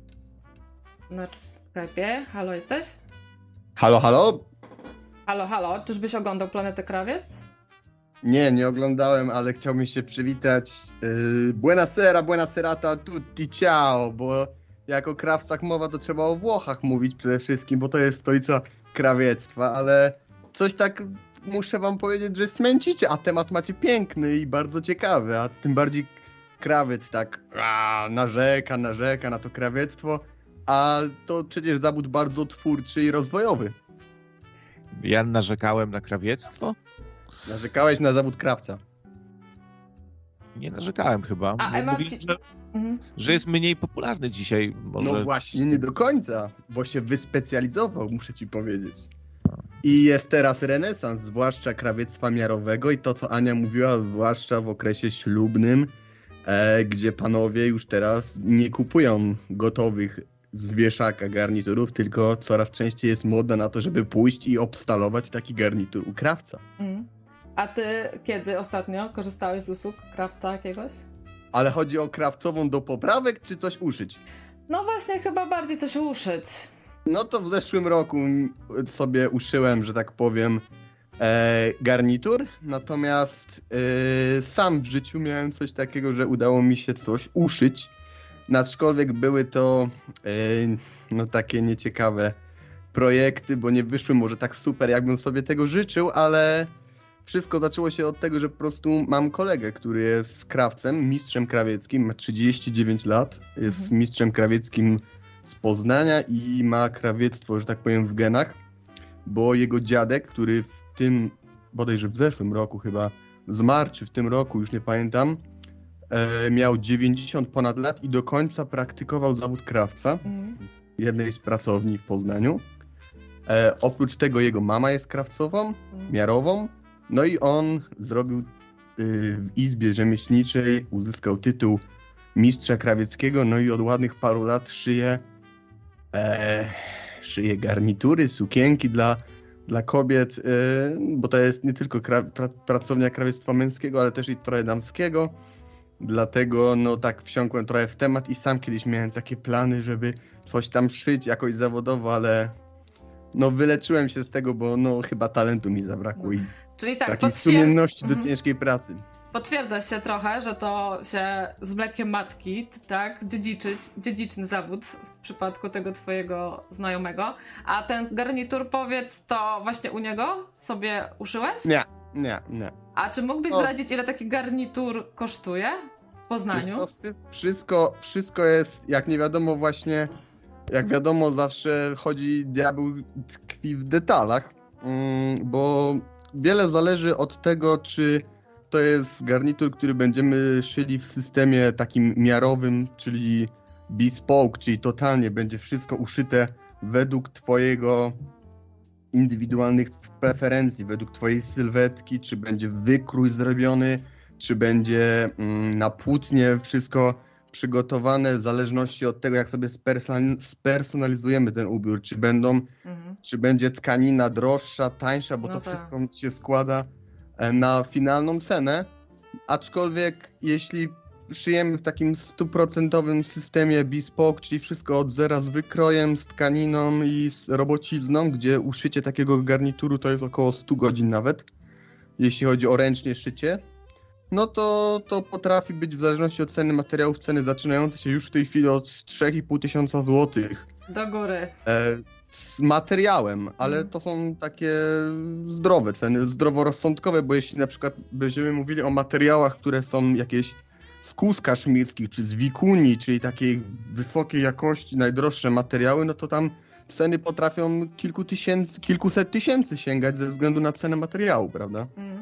na Skype'ie. Halo, jesteś? Halo, halo? Halo. Czyżbyś oglądał Planetę Krawiec? Nie oglądałem, ale chciałbym się przywitać. Buona serata, tutti ciao, bo jako krawcach mowa to trzeba o Włochach mówić przede wszystkim, bo to jest stolica krawiectwa, ale coś tak muszę wam powiedzieć, że smęcicie, a temat macie piękny i bardzo ciekawy, a tym bardziej krawiec tak narzeka na to krawiectwo, a to przecież zawód bardzo twórczy i rozwojowy. Ja narzekałem na krawiectwo? Narzekałeś na zawód krawca. Nie narzekałem chyba. Mówili, że jest mniej popularny dzisiaj. Może... No właśnie, nie do końca, bo się wyspecjalizował, muszę ci powiedzieć. I jest teraz renesans, zwłaszcza krawiectwa miarowego i to, co Ania mówiła, zwłaszcza w okresie ślubnym, gdzie panowie już teraz nie kupują gotowych z wieszaka garniturów, tylko coraz częściej jest moda na to, żeby pójść i obstalować taki garnitur u krawca. A ty kiedy ostatnio korzystałeś z usług krawca jakiegoś? Ale chodzi o krawcową do poprawek, czy coś uszyć? No właśnie, chyba bardziej coś uszyć. No to w zeszłym roku sobie uszyłem, że tak powiem, garnitur, natomiast sam w życiu miałem coś takiego, że udało mi się coś uszyć. Aczkolwiek były to no takie nieciekawe projekty, bo nie wyszły może tak super, jakbym sobie tego życzył, ale wszystko zaczęło się od tego, że po prostu mam kolegę, który jest krawcem, mistrzem krawieckim, ma 39 lat, jest mistrzem krawieckim z Poznania i ma krawiectwo, że tak powiem, w genach, bo jego dziadek, który w tym, bodajże w zeszłym roku chyba zmarł, czy w tym roku, już nie pamiętam, miał 90 ponad lat i do końca praktykował zawód krawca w jednej z pracowni w Poznaniu. Oprócz tego jego mama jest krawcową, miarową, no i on zrobił w izbie rzemieślniczej, uzyskał tytuł mistrza krawieckiego, no i od ładnych paru lat szyje garnitury, sukienki dla kobiet, bo to jest nie tylko pracownia krawiectwa męskiego, ale też i trochę damskiego. Dlatego no tak wsiąkłem trochę w temat i sam kiedyś miałem takie plany, żeby coś tam szyć jakoś zawodowo, ale no wyleczyłem się z tego, bo no chyba talentu mi zabrakło i czyli tak, takiej sumienności do ciężkiej pracy. Potwierdza się trochę, że to się z mlekiem matki, tak, dziedziczny zawód w przypadku tego twojego znajomego. A ten garnitur, powiedz, to właśnie u niego sobie uszyłeś? Nie. A czy mógłbyś zdradzić, ile taki garnitur kosztuje w Poznaniu? Wszystko jest, jak nie wiadomo właśnie, jak wiadomo zawsze diabeł tkwi w detalach, bo wiele zależy od tego, czy to jest garnitur, który będziemy szyli w systemie takim miarowym, czyli bespoke, czyli totalnie będzie wszystko uszyte według twojego indywidualnych preferencji, według twojej sylwetki, czy będzie wykrój zrobiony, czy będzie na płótnie wszystko przygotowane w zależności od tego, jak sobie spersonalizujemy ten ubiór, czy będzie tkanina droższa, tańsza, bo to wszystko się składa na finalną cenę, aczkolwiek jeśli szyjemy w takim 100% systemie bespoke, czyli wszystko od zera z wykrojem, z tkaniną i z robocizną, gdzie uszycie takiego garnituru to jest około 100 godzin nawet, jeśli chodzi o ręcznie szycie, no to potrafi być w zależności od ceny materiałów, ceny zaczynające się już w tej chwili od 3500 złotych. Do góry. Z materiałem, ale to są takie zdrowe ceny, zdroworozsądkowe, bo jeśli na przykład będziemy mówili o materiałach, które są jakieś z kóz kaszmirskich, czy z wikuni, czyli takiej wysokiej jakości, najdroższe materiały, no to tam ceny potrafią kilkuset tysięcy sięgać ze względu na cenę materiału, prawda?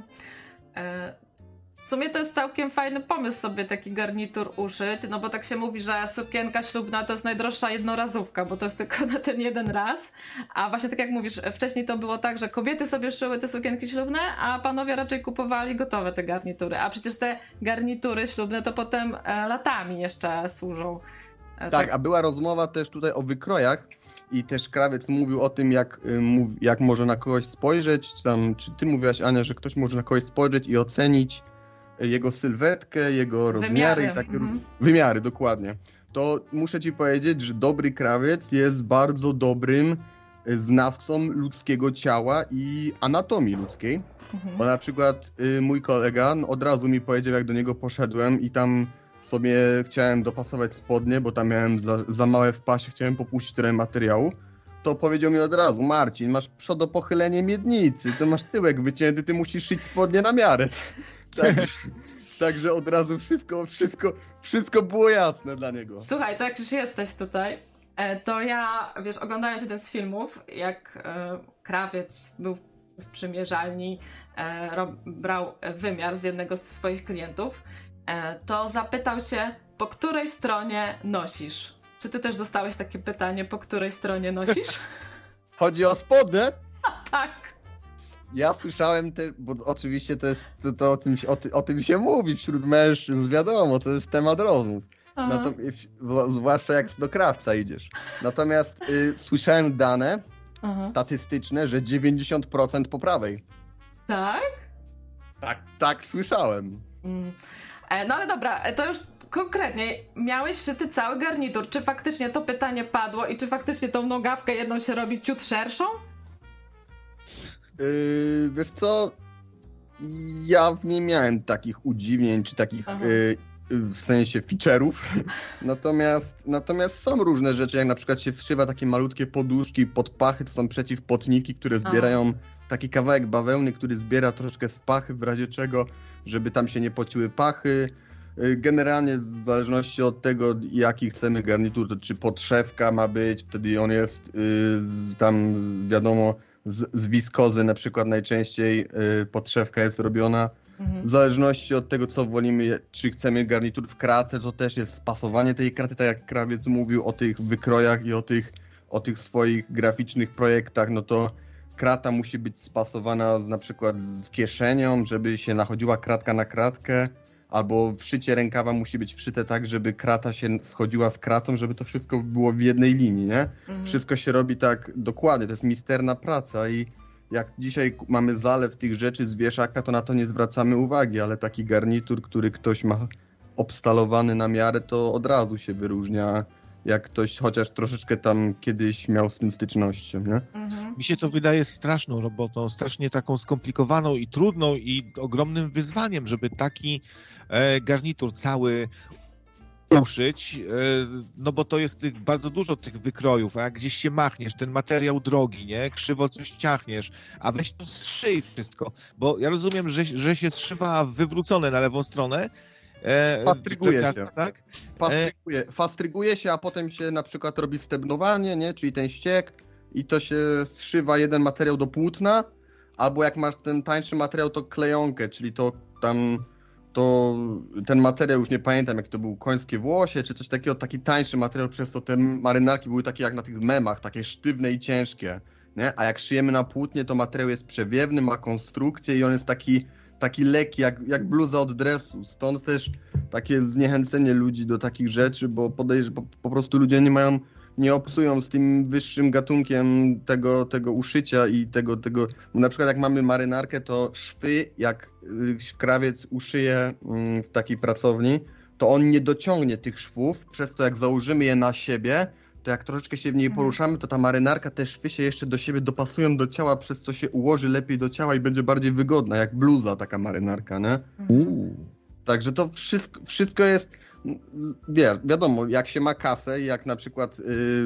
W sumie to jest całkiem fajny pomysł sobie taki garnitur uszyć, no bo tak się mówi, że sukienka ślubna to jest najdroższa jednorazówka, bo to jest tylko na ten jeden raz, a właśnie tak jak mówisz, wcześniej to było tak, że kobiety sobie szyły te sukienki ślubne, a panowie raczej kupowali gotowe te garnitury, a przecież te garnitury ślubne to potem latami jeszcze służą. Tak, a była rozmowa też tutaj o wykrojach i też krawiec mówił o tym, jak może na kogoś spojrzeć, czy ty mówiłaś, Ania, że ktoś może na kogoś spojrzeć i ocenić jego sylwetkę, jego rozmiary i takie wymiary, dokładnie. To muszę ci powiedzieć, że dobry krawiec jest bardzo dobrym znawcą ludzkiego ciała i anatomii ludzkiej. Bo na przykład mój kolega od razu mi powiedział, jak do niego poszedłem i tam sobie chciałem dopasować spodnie, bo tam miałem za małe w pasie, chciałem popuścić trochę materiału, to powiedział mi od razu: Marcin, masz przodopochylenie miednicy, to masz tyłek wycięty, ty musisz szyć spodnie na miarę. Także od razu wszystko było jasne dla niego. Słuchaj, to jak już jesteś tutaj, to ja, wiesz, oglądając jeden z filmów, jak krawiec był w przymierzalni, brał wymiar z jednego z swoich klientów, to zapytał się, po której stronie nosisz? Czy ty też dostałeś takie pytanie, po której stronie nosisz? Chodzi o spodnie? Tak. Ja słyszałem, bo oczywiście to jest o tym się mówi wśród mężczyzn, wiadomo, to jest temat rozmów. Zwłaszcza jak do krawca idziesz. Natomiast słyszałem dane statystyczne, że 90% po prawej. Tak? Tak słyszałem. No ale dobra, to już konkretnie, miałeś szyty cały garnitur. Czy faktycznie to pytanie padło i czy faktycznie tą nogawkę jedną się robi ciut szerszą? Wiesz co, ja nie miałem takich udziwnień, czy takich w sensie feature'ów, natomiast są różne rzeczy, jak na przykład się wszywa takie malutkie poduszki pod pachy, to są przeciwpotniki, które zbierają taki kawałek bawełny, który zbiera troszkę z pachy, w razie czego, żeby tam się nie pociły pachy. Generalnie w zależności od tego, jaki chcemy garnitur, to czy podszewka ma być, wtedy on jest tam wiadomo z wiskozy na przykład najczęściej podszewka jest robiona. W zależności od tego, co wolimy, czy chcemy garnitur w kratę, to też jest spasowanie tej kraty, tak jak krawiec mówił o tych wykrojach i o tych swoich graficznych projektach, no to krata musi być spasowana na przykład z kieszenią, żeby się nachodziła kratka na kratkę, albo wszycie rękawa musi być wszyte tak, żeby krata się schodziła z kratą, żeby to wszystko było w jednej linii, nie? Wszystko się robi tak dokładnie, to jest misterna praca i jak dzisiaj mamy zalew tych rzeczy z wieszaka, to na to nie zwracamy uwagi, ale taki garnitur, który ktoś ma obstalowany na miarę, to od razu się wyróżnia, jak ktoś chociaż troszeczkę tam kiedyś miał z tym stycznością, nie? Mi się to wydaje straszną robotą, strasznie taką skomplikowaną i trudną i ogromnym wyzwaniem, żeby taki garnitur cały uszyć, no bo to jest bardzo dużo tych wykrojów, a jak gdzieś się machniesz, ten materiał drogi, nie? Krzywo coś ciachniesz, a weź to zszyj wszystko, bo ja rozumiem, że się zszywa wywrócone na lewą stronę. Fastryguje się, tak? Fastryguje się, a potem się na przykład robi stebnowanie, nie? Czyli ten ściek i to się zszywa jeden materiał do płótna, albo jak masz ten tańszy materiał, to klejonkę, czyli ten materiał, już nie pamiętam jak to był, końskie włosie, czy coś takiego, taki tańszy materiał, przez to te marynarki były takie jak na tych memach, takie sztywne i ciężkie, nie? A jak szyjemy na płótnie, to materiał jest przewiewny, ma konstrukcję i on jest taki lekki, jak bluza od dresu. Stąd też takie zniechęcenie ludzi do takich rzeczy, bo po prostu ludzie nie obcują z tym wyższym gatunkiem tego uszycia i tego. Bo na przykład jak mamy marynarkę, to szwy, jak krawiec uszyje w takiej pracowni, to on nie dociągnie tych szwów, przez to jak założymy je na siebie, to jak troszeczkę się w niej poruszamy, to ta marynarka, te szwy się jeszcze do siebie dopasują do ciała, przez co się ułoży lepiej do ciała i będzie bardziej wygodna, jak bluza taka marynarka, nie? Także to wszystko jest, wiadomo, jak się ma kasę i jak na przykład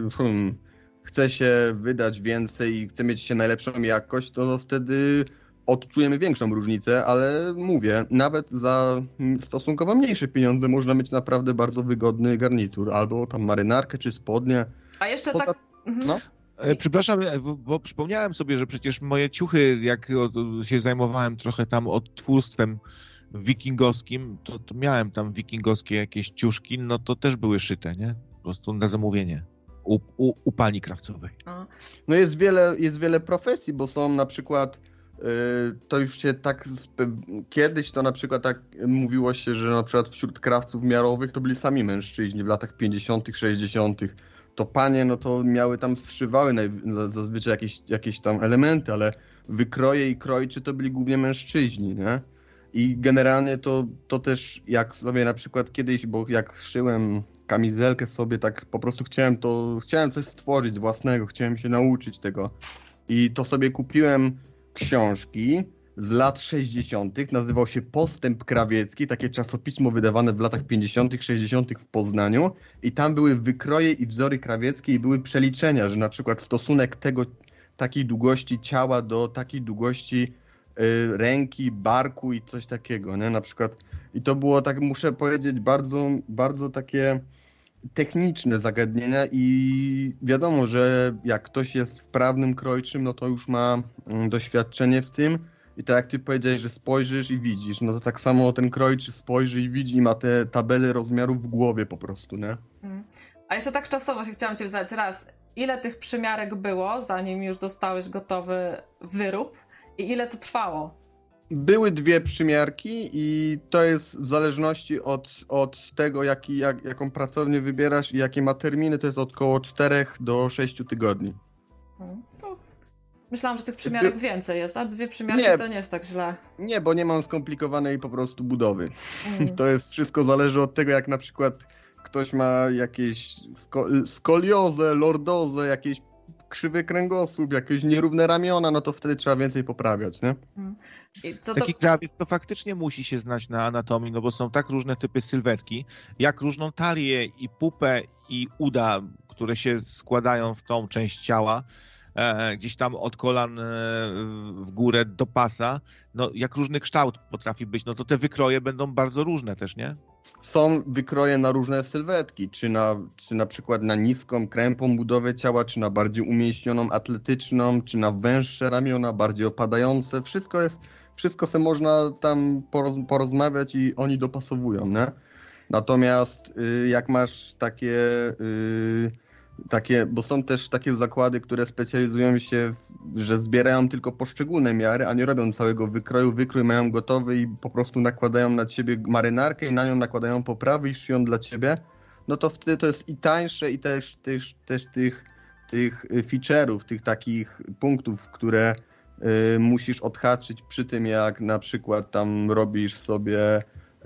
chce się wydać więcej i chce mieć się najlepszą jakość, to wtedy odczujemy większą różnicę, ale mówię, nawet za stosunkowo mniejsze pieniądze można mieć naprawdę bardzo wygodny garnitur, albo tam marynarkę czy spodnie. A jeszcze tak... No. Przepraszam, bo przypomniałem sobie, że przecież moje ciuchy, jak się zajmowałem trochę tam odtwórstwem wikingowskim, to miałem tam wikingowskie jakieś ciuszki, no to też były szyte, nie? Po prostu na zamówienie u pani krawcowej. No jest wiele profesji, bo są na przykład to już się tak kiedyś to na przykład tak mówiło się, że na przykład wśród krawców miarowych to byli sami mężczyźni w latach 50., 60. To panie no to miały tam zszywały zazwyczaj jakieś tam elementy, ale wykroje i krojczy to byli głównie mężczyźni, nie? I generalnie to też jak sobie na przykład kiedyś, bo jak szyłem kamizelkę sobie, tak po prostu chciałem coś stworzyć własnego, chciałem się nauczyć tego. I to sobie kupiłem książki z lat 60. Nazywał się Postęp Krawiecki, takie czasopismo wydawane w latach 50., 60. w Poznaniu. I tam były wykroje i wzory krawieckie i były przeliczenia, że na przykład stosunek takiej długości ciała do takiej długości ręki, barku i coś takiego, nie? Na przykład i to było tak, muszę powiedzieć, bardzo, bardzo takie techniczne zagadnienia i wiadomo, że jak ktoś jest wprawnym krojczym, no to już ma doświadczenie w tym i tak jak ty powiedziałeś, że spojrzysz i widzisz, no to tak samo ten krojczy spojrzy i widzi i ma te tabele rozmiarów w głowie po prostu, nie? A jeszcze tak czasowo się chciałam cię zapytać raz, ile tych przymiarek było, zanim już dostałeś gotowy wyrób i ile to trwało? Były 2 przymiarki i to jest w zależności od tego, jaką pracownię wybierasz i jakie ma terminy, to jest od około 4 do 6 tygodni. To myślałam, że tych przymiarek więcej jest, a 2 przymiarki to nie jest tak źle. Nie, bo nie mam skomplikowanej po prostu budowy. To jest wszystko zależy od tego, jak na przykład ktoś ma jakieś skoliozę, lordozę, jakieś krzywy kręgosłup, jakieś nierówne ramiona, no to wtedy trzeba więcej poprawiać, nie? Taki krawiec to faktycznie musi się znać na anatomii, no bo są tak różne typy sylwetki, jak różną talię i pupę i uda, które się składają w tą część ciała, gdzieś tam od kolan w górę do pasa, no jak różny kształt potrafi być, no to te wykroje będą bardzo różne też, nie? Są wykroje na różne sylwetki, czy na przykład na niską, krępą budowę ciała, czy na bardziej umieśnioną, atletyczną, czy na węższe ramiona, bardziej opadające. Wszystko se można tam porozmawiać i oni dopasowują, nie? Natomiast jak masz takie, bo są też takie zakłady, które specjalizują się, że zbierają tylko poszczególne miary, a nie robią całego wykroju. Wykrój mają gotowy i po prostu nakładają na ciebie marynarkę i na nią nakładają poprawy i szyją dla ciebie. No to wtedy to jest i tańsze i też tych feature'ów, tych takich punktów, które musisz odhaczyć przy tym, jak na przykład tam robisz sobie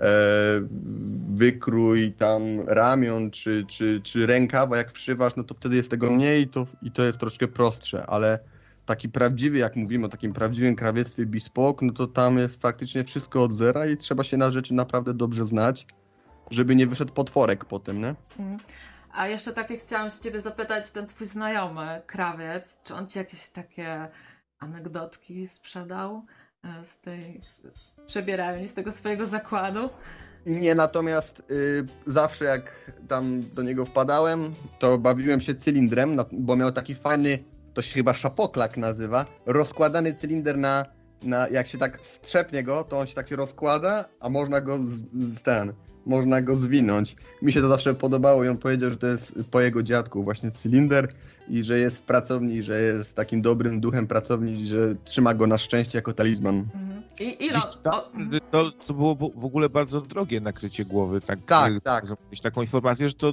wykrój tam ramion czy rękawa, jak wszywasz, no to wtedy jest tego mniej i to jest troszkę prostsze, ale taki prawdziwy, jak mówimy o takim prawdziwym krawiectwie bespoke, no to tam jest faktycznie wszystko od zera i trzeba się na rzeczy naprawdę dobrze znać, żeby nie wyszedł potworek potem, nie? A jeszcze takie chciałam się ciebie zapytać, ten twój znajomy krawiec, czy on ci jakieś takie anegdotki sprzedał z tej przebieralni, z tego swojego zakładu? Nie, natomiast zawsze jak tam do niego wpadałem, to bawiłem się cylindrem, bo miał taki fajny, to się chyba szapoklak nazywa, rozkładany cylinder jak się tak strzepnie go, to on się tak rozkłada, a można go można go zwinąć. Mi się to zawsze podobało i on powiedział, że to jest po jego dziadku właśnie cylinder i że jest w pracowni, że jest takim dobrym duchem pracowni, że trzyma go na szczęście jako talizman. Mhm. I ile? To było w ogóle bardzo drogie nakrycie głowy. Tak. Mieć taką informację, że to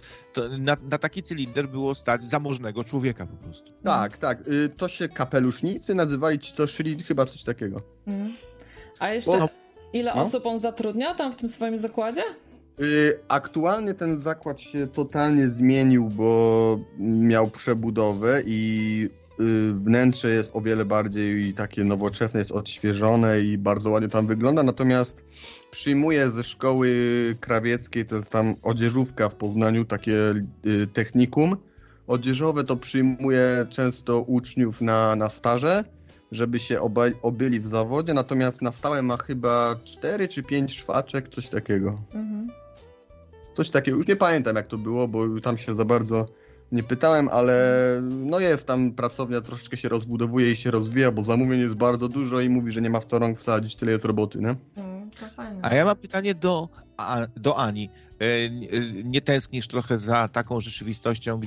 na taki cylinder było stać zamożnego człowieka po prostu. Tak. To się kapelusznicy nazywali, ci co szyli chyba coś takiego. Mhm. A jeszcze ile osób on zatrudnia tam w tym swoim zakładzie? Aktualnie ten zakład się totalnie zmienił, bo miał przebudowę i wnętrze jest o wiele bardziej takie nowoczesne, jest odświeżone i bardzo ładnie tam wygląda, natomiast przyjmuje ze szkoły krawieckiej, to jest tam odzieżówka w Poznaniu, takie technikum odzieżowe, to przyjmuje często uczniów na staże, żeby się obyli w zawodzie, natomiast na stałe ma chyba 4 czy 5 szwaczek, coś takiego. Mhm. Coś takiego, już nie pamiętam jak to było, bo tam się za bardzo nie pytałem, ale no jest tam pracownia, troszeczkę się rozbudowuje i się rozwija, bo zamówień jest bardzo dużo i mówi, że nie ma w co rąk wsadzić, tyle jest roboty, nie? To fajne. A ja mam pytanie do Ani. Nie tęsknisz trochę za taką rzeczywistością,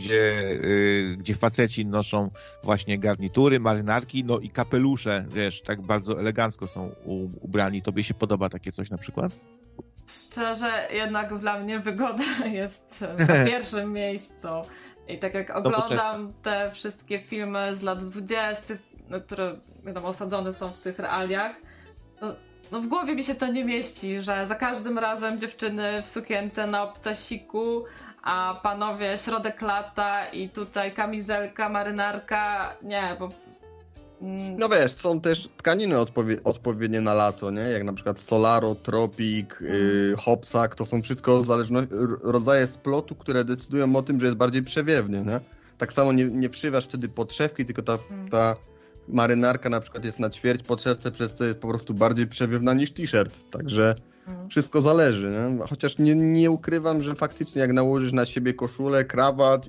gdzie faceci noszą właśnie garnitury, marynarki, no i kapelusze, wiesz, tak bardzo elegancko są ubrani. Tobie się podoba takie coś na przykład? Szczerze, jednak dla mnie wygoda jest na pierwszym miejscu. I tak jak oglądam te wszystkie filmy z lat 20., które wiadomo, osadzone są w tych realiach, no w głowie mi się to nie mieści, że za każdym razem dziewczyny w sukience na obcasiku, a panowie środek lata i tutaj kamizelka, marynarka, nie, bo... No wiesz, są też tkaniny odpowiednie na lato, nie? Jak na przykład Solaro, Tropic, Hopsak, to są wszystko rodzaje splotu, które decydują o tym, że jest bardziej przewiewny, nie? Tak samo nie wszywasz wtedy podszewki, tylko ta marynarka na przykład jest na ćwierć podszewce, przez co jest po prostu bardziej przewiewna niż t-shirt, także wszystko zależy, nie? Chociaż nie ukrywam, że faktycznie jak nałożysz na siebie koszulę, krawat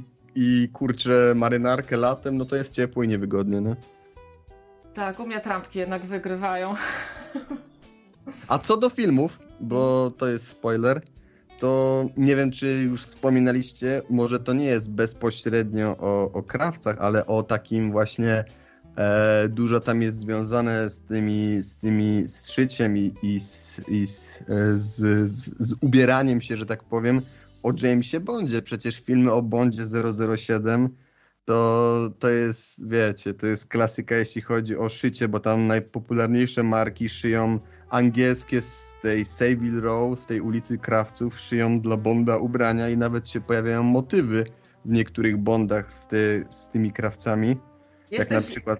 i kurczę marynarkę latem, no to jest ciepło i niewygodnie, nie? Tak, u mnie trampki jednak wygrywają. A co do filmów, bo to jest spoiler, to nie wiem, czy już wspominaliście, może to nie jest bezpośrednio o krawcach, ale o takim właśnie dużo tam jest związane z szyciem i z ubieraniem się, że tak powiem, o Jamesie Bondzie. Przecież filmy o Bondzie 007 to jest, wiecie, to jest klasyka, jeśli chodzi o szycie, bo tam najpopularniejsze marki szyją angielskie z tej Savile Row, z tej ulicy Krawców, szyją dla Bonda ubrania i nawet się pojawiają motywy w niektórych Bondach z tymi krawcami. Jak na przykład...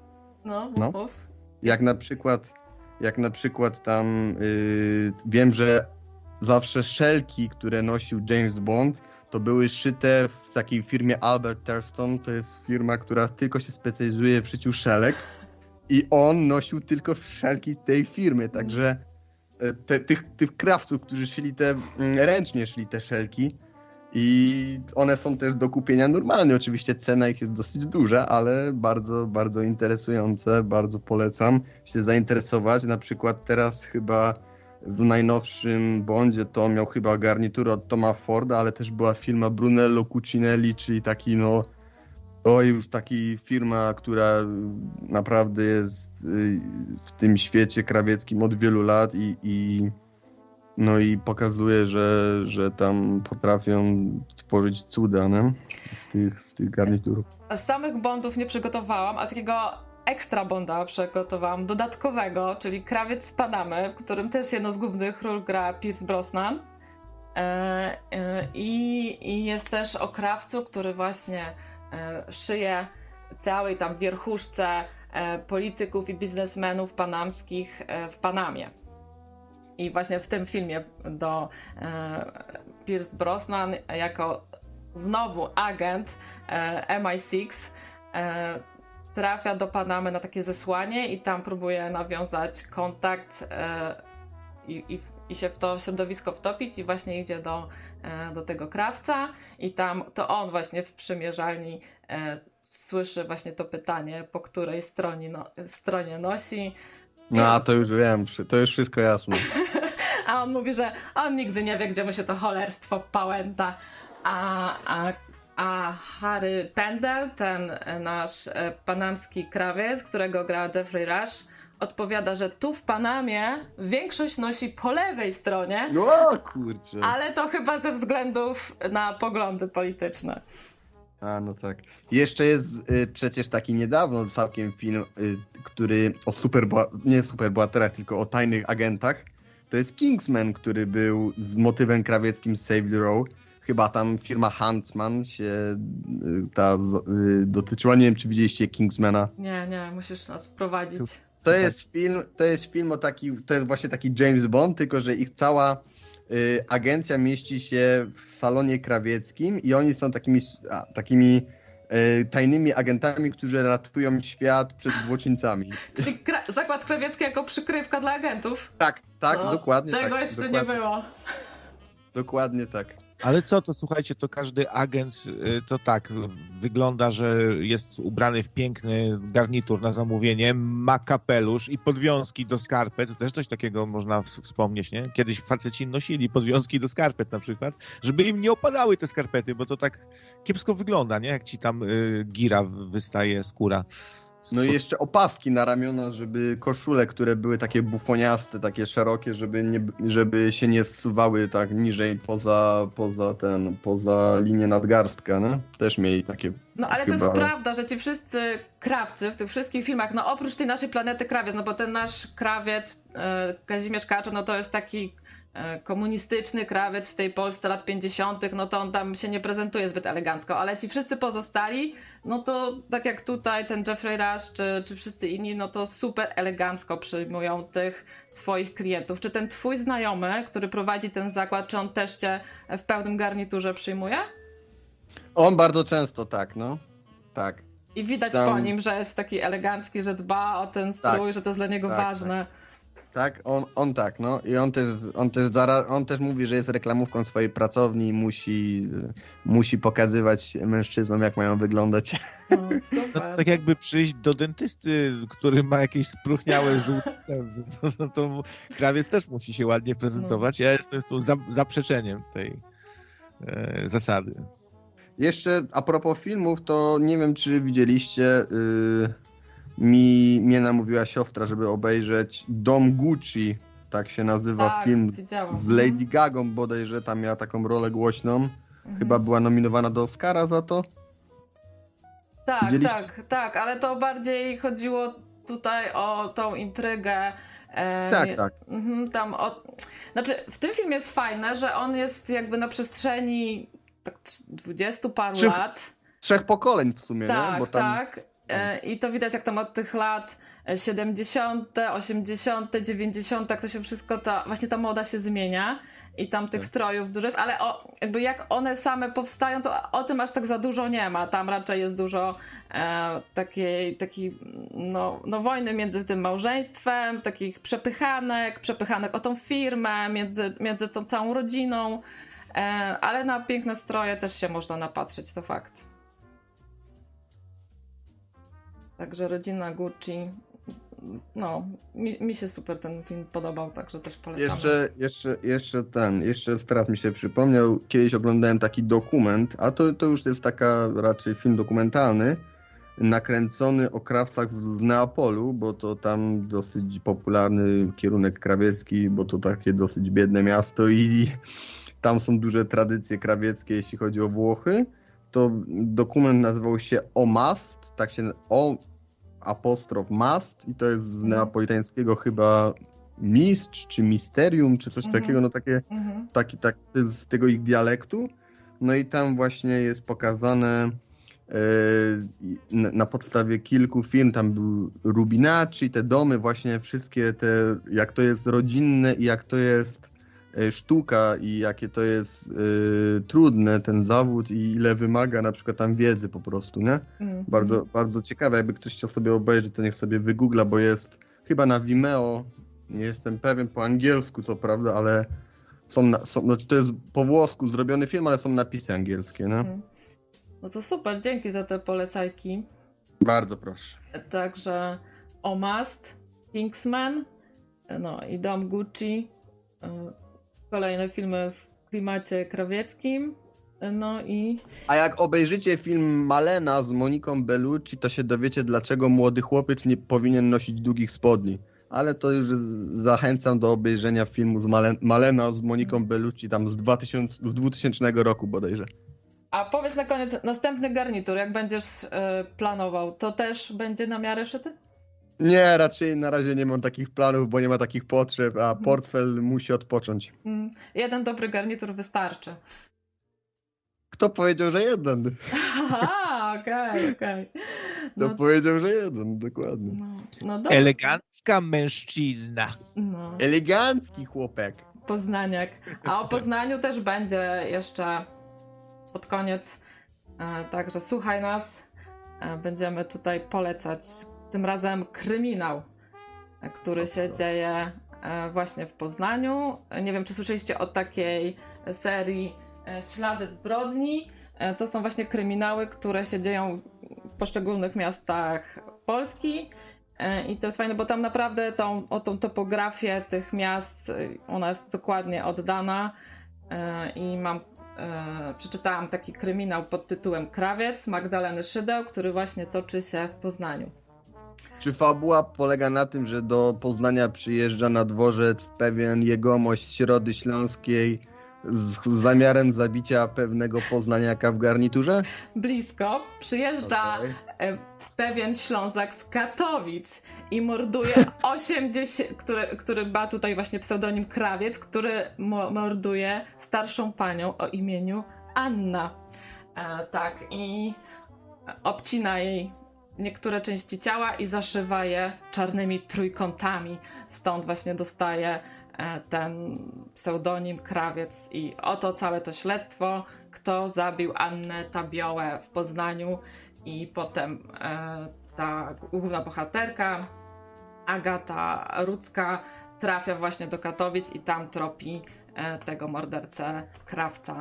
Jak na przykład tam wiem, że zawsze szelki, które nosił James Bond, to były szyte w takiej firmie Albert Thurston. To jest firma, która tylko się specjalizuje w szyciu szelek i on nosił tylko szelki tej firmy, także tych krawców, którzy ręcznie szyli te szelki i one są też do kupienia normalnie. Oczywiście cena ich jest dosyć duża, ale bardzo, bardzo interesujące, bardzo polecam się zainteresować. Na przykład teraz chyba w najnowszym Bondzie to miał chyba garniturę od Toma Forda, ale też była firma Brunello Cucinelli, czyli taki już taki firma, która naprawdę jest w tym świecie krawieckim od wielu lat i pokazuje, że tam potrafią tworzyć cuda, nie? Z tych garniturów. Z samych Bondów nie przygotowałam, a takiego ekstra Bonda przygotowałam, dodatkowego, czyli Krawiec z Panamy, w którym też jedną z głównych ról gra Pierce Brosnan. I jest też o krawcu, który właśnie szyje całej tam wierchuszce polityków i biznesmenów panamskich w Panamie. I właśnie w tym filmie Pierce Brosnan jako znowu agent MI6 trafia do Panamy na takie zesłanie i tam próbuje nawiązać kontakt i się w to środowisko wtopić i właśnie idzie do tego krawca i tam to on właśnie w przymierzalni słyszy właśnie to pytanie, po której stronie nosi. No, to już wiem, to już wszystko jasne. A on mówi, że on nigdy nie wie, gdzie mu się to cholerstwo pałęta. A Harry Pendel, ten nasz panamski krawiec, którego gra Jeffrey Rush, odpowiada, że tu w Panamie większość nosi po lewej stronie, O kurczę. ale to chyba ze względów na poglądy polityczne. A, no tak. Jeszcze jest przecież taki niedawno całkiem film, który o nie superbohaterach, tylko o tajnych agentach. To jest Kingsman, który był z motywem krawieckim Save the Row. Chyba tam firma Huntsman się dotyczyła. Nie wiem, czy widzieliście Kingsmana. Nie, musisz nas wprowadzić. To jest film o to jest właśnie taki James Bond, tylko że ich cała agencja mieści się w salonie krawieckim i oni są takimi tajnymi agentami, którzy ratują świat przed złoczyńcami. Czyli zakład krawiecki jako przykrywka dla agentów? Tak, No, dokładnie tak. Tego jeszcze nie było. Dokładnie tak. Ale co to, słuchajcie, to każdy agent to tak wygląda, że jest ubrany w piękny garnitur na zamówienie, ma kapelusz i podwiązki do skarpet. To też coś takiego można wspomnieć, nie? Kiedyś faceci nosili podwiązki do skarpet na przykład, żeby im nie opadały te skarpety, bo to tak kiepsko wygląda, nie? Jak ci tam gira wystaje, skóra. No i jeszcze opaski na ramiona, żeby koszule, które były takie bufoniaste, takie szerokie, żeby się nie zsuwały tak niżej poza linię nadgarstka, no? Też mieli takie. No ale chyba... to jest prawda, że ci wszyscy krawcy w tych wszystkich filmach, no oprócz tej naszej planety krawiec, no bo ten nasz krawiec, Kazimierz Kaczor, no to jest taki komunistyczny krawiec w tej Polsce lat 50., no to on tam się nie prezentuje zbyt elegancko, ale ci wszyscy pozostali, no to tak jak tutaj ten Jeffrey Rush czy wszyscy inni, no to super elegancko przyjmują tych swoich klientów. Czy ten twój znajomy, który prowadzi ten zakład, czy on też cię w pełnym garniturze przyjmuje? On bardzo często tak, no. Tak. I widać po nim, że jest taki elegancki, że dba o ten strój, że to jest dla niego ważne. Tak, on tak, no. I on też mówi, że jest reklamówką swojej pracowni i musi pokazywać mężczyznom, jak mają wyglądać. No, super. No, tak jakby przyjść do dentysty, który ma jakieś spróchniałe żółte, to krawiec też musi się ładnie prezentować. Ja jestem tu zaprzeczeniem tej zasady. Jeszcze a propos filmów, to nie wiem, czy widzieliście, mnie namówiła siostra, żeby obejrzeć Dom Gucci, tak się nazywa film widziałam. z Lady Gagą bodajże, tam miała taką rolę głośną. Chyba była nominowana do Oscara za to. Tak, ale to bardziej chodziło tutaj o tą intrygę. Tak. Znaczy, w tym filmie jest fajne, że on jest jakby na przestrzeni tak 20 paru lat. 3 pokoleń w sumie, tak, nie? Bo tam... Tak. I to widać jak tam od tych lat 70., 80., 90., jak to się wszystko, właśnie ta moda się zmienia i tam tych strojów dużo jest, ale jakby jak one same powstają, to o tym aż tak za dużo nie ma. Tam raczej jest dużo takiej wojny między tym małżeństwem, takich przepychanek o tą firmę, między tą całą rodziną, ale na piękne stroje też się można napatrzeć, to fakt. Także rodzina Gucci, no, mi się super ten film podobał, także też polecam. Jeszcze teraz mi się przypomniał, kiedyś oglądałem taki dokument, a to już jest taka raczej film dokumentalny, nakręcony o krawcach z Neapolu, bo to tam dosyć popularny kierunek krawiecki, bo to takie dosyć biedne miasto i tam są duże tradycje krawieckie, jeśli chodzi o Włochy. To dokument nazywał się O Mast, tak się apostrof Mast i to jest z neapolitańskiego chyba mistrz, czy misterium, czy coś takiego, no takie z tego ich dialektu. No i tam właśnie jest pokazane na podstawie kilku firm, tam był Rubinacci, te domy, właśnie wszystkie te, jak to jest rodzinne i jak to jest sztuka i jakie to jest trudne ten zawód i ile wymaga na przykład tam wiedzy po prostu, nie? Bardzo, bardzo ciekawe, jakby ktoś chciał sobie obejrzeć, to niech sobie wygoogla, bo jest chyba na Vimeo, nie jestem pewien po angielsku co prawda, ale znaczy to jest po włosku zrobiony film, ale są napisy angielskie, nie? No to super, dzięki za te polecajki. Bardzo proszę. Także O Mast, Kingsman, no i Dom Gucci. kolejne filmy w klimacie krawieckim. No i... A jak obejrzycie film Malena z Moniką Bellucci, to się dowiecie, dlaczego młody chłopiec nie powinien nosić długich spodni. Ale to już zachęcam do obejrzenia filmu z Malena z Moniką Bellucci tam z 2000 roku bodajże. A powiedz na koniec, następny garnitur, jak będziesz planował, to też będzie na miarę szyty? Nie, raczej na razie nie mam takich planów, bo nie ma takich potrzeb, a portfel musi odpocząć. Jeden dobry garnitur wystarczy. Kto powiedział, że jeden? Aha, okej. Kto powiedział, że jeden, dokładnie. No dobra. Elegancka mężczyzna. No. Elegancki chłopek. Poznaniak. A o Poznaniu też będzie jeszcze pod koniec. Także słuchaj nas. Będziemy tutaj polecać tym razem kryminał, który się dzieje właśnie w Poznaniu. Nie wiem, czy słyszeliście o takiej serii Ślady zbrodni. To są właśnie kryminały, które się dzieją w poszczególnych miastach Polski. I to jest fajne, bo tam naprawdę tą topografię tych miast, ona jest dokładnie oddana. I przeczytałam taki kryminał pod tytułem Krawiec Magdaleny Szydeł, który właśnie toczy się w Poznaniu. Czy fabuła polega na tym, że do Poznania przyjeżdża na dworzec pewien jegomość z Środy Śląskiej z zamiarem zabicia pewnego poznaniaka w garniturze? Blisko. Przyjeżdża pewien Ślązak z Katowic i morduje 80, który ma tutaj właśnie pseudonim Krawiec, który morduje starszą panią o imieniu Anna. Tak, i obcina jej niektóre części ciała i zaszywa je czarnymi trójkątami. Stąd właśnie dostaje ten pseudonim Krawiec. I oto całe to śledztwo, kto zabił Annę Tabiołę w Poznaniu. I potem ta główna bohaterka, Agata Rudzka, trafia właśnie do Katowic i tam tropi tego mordercę Krawca.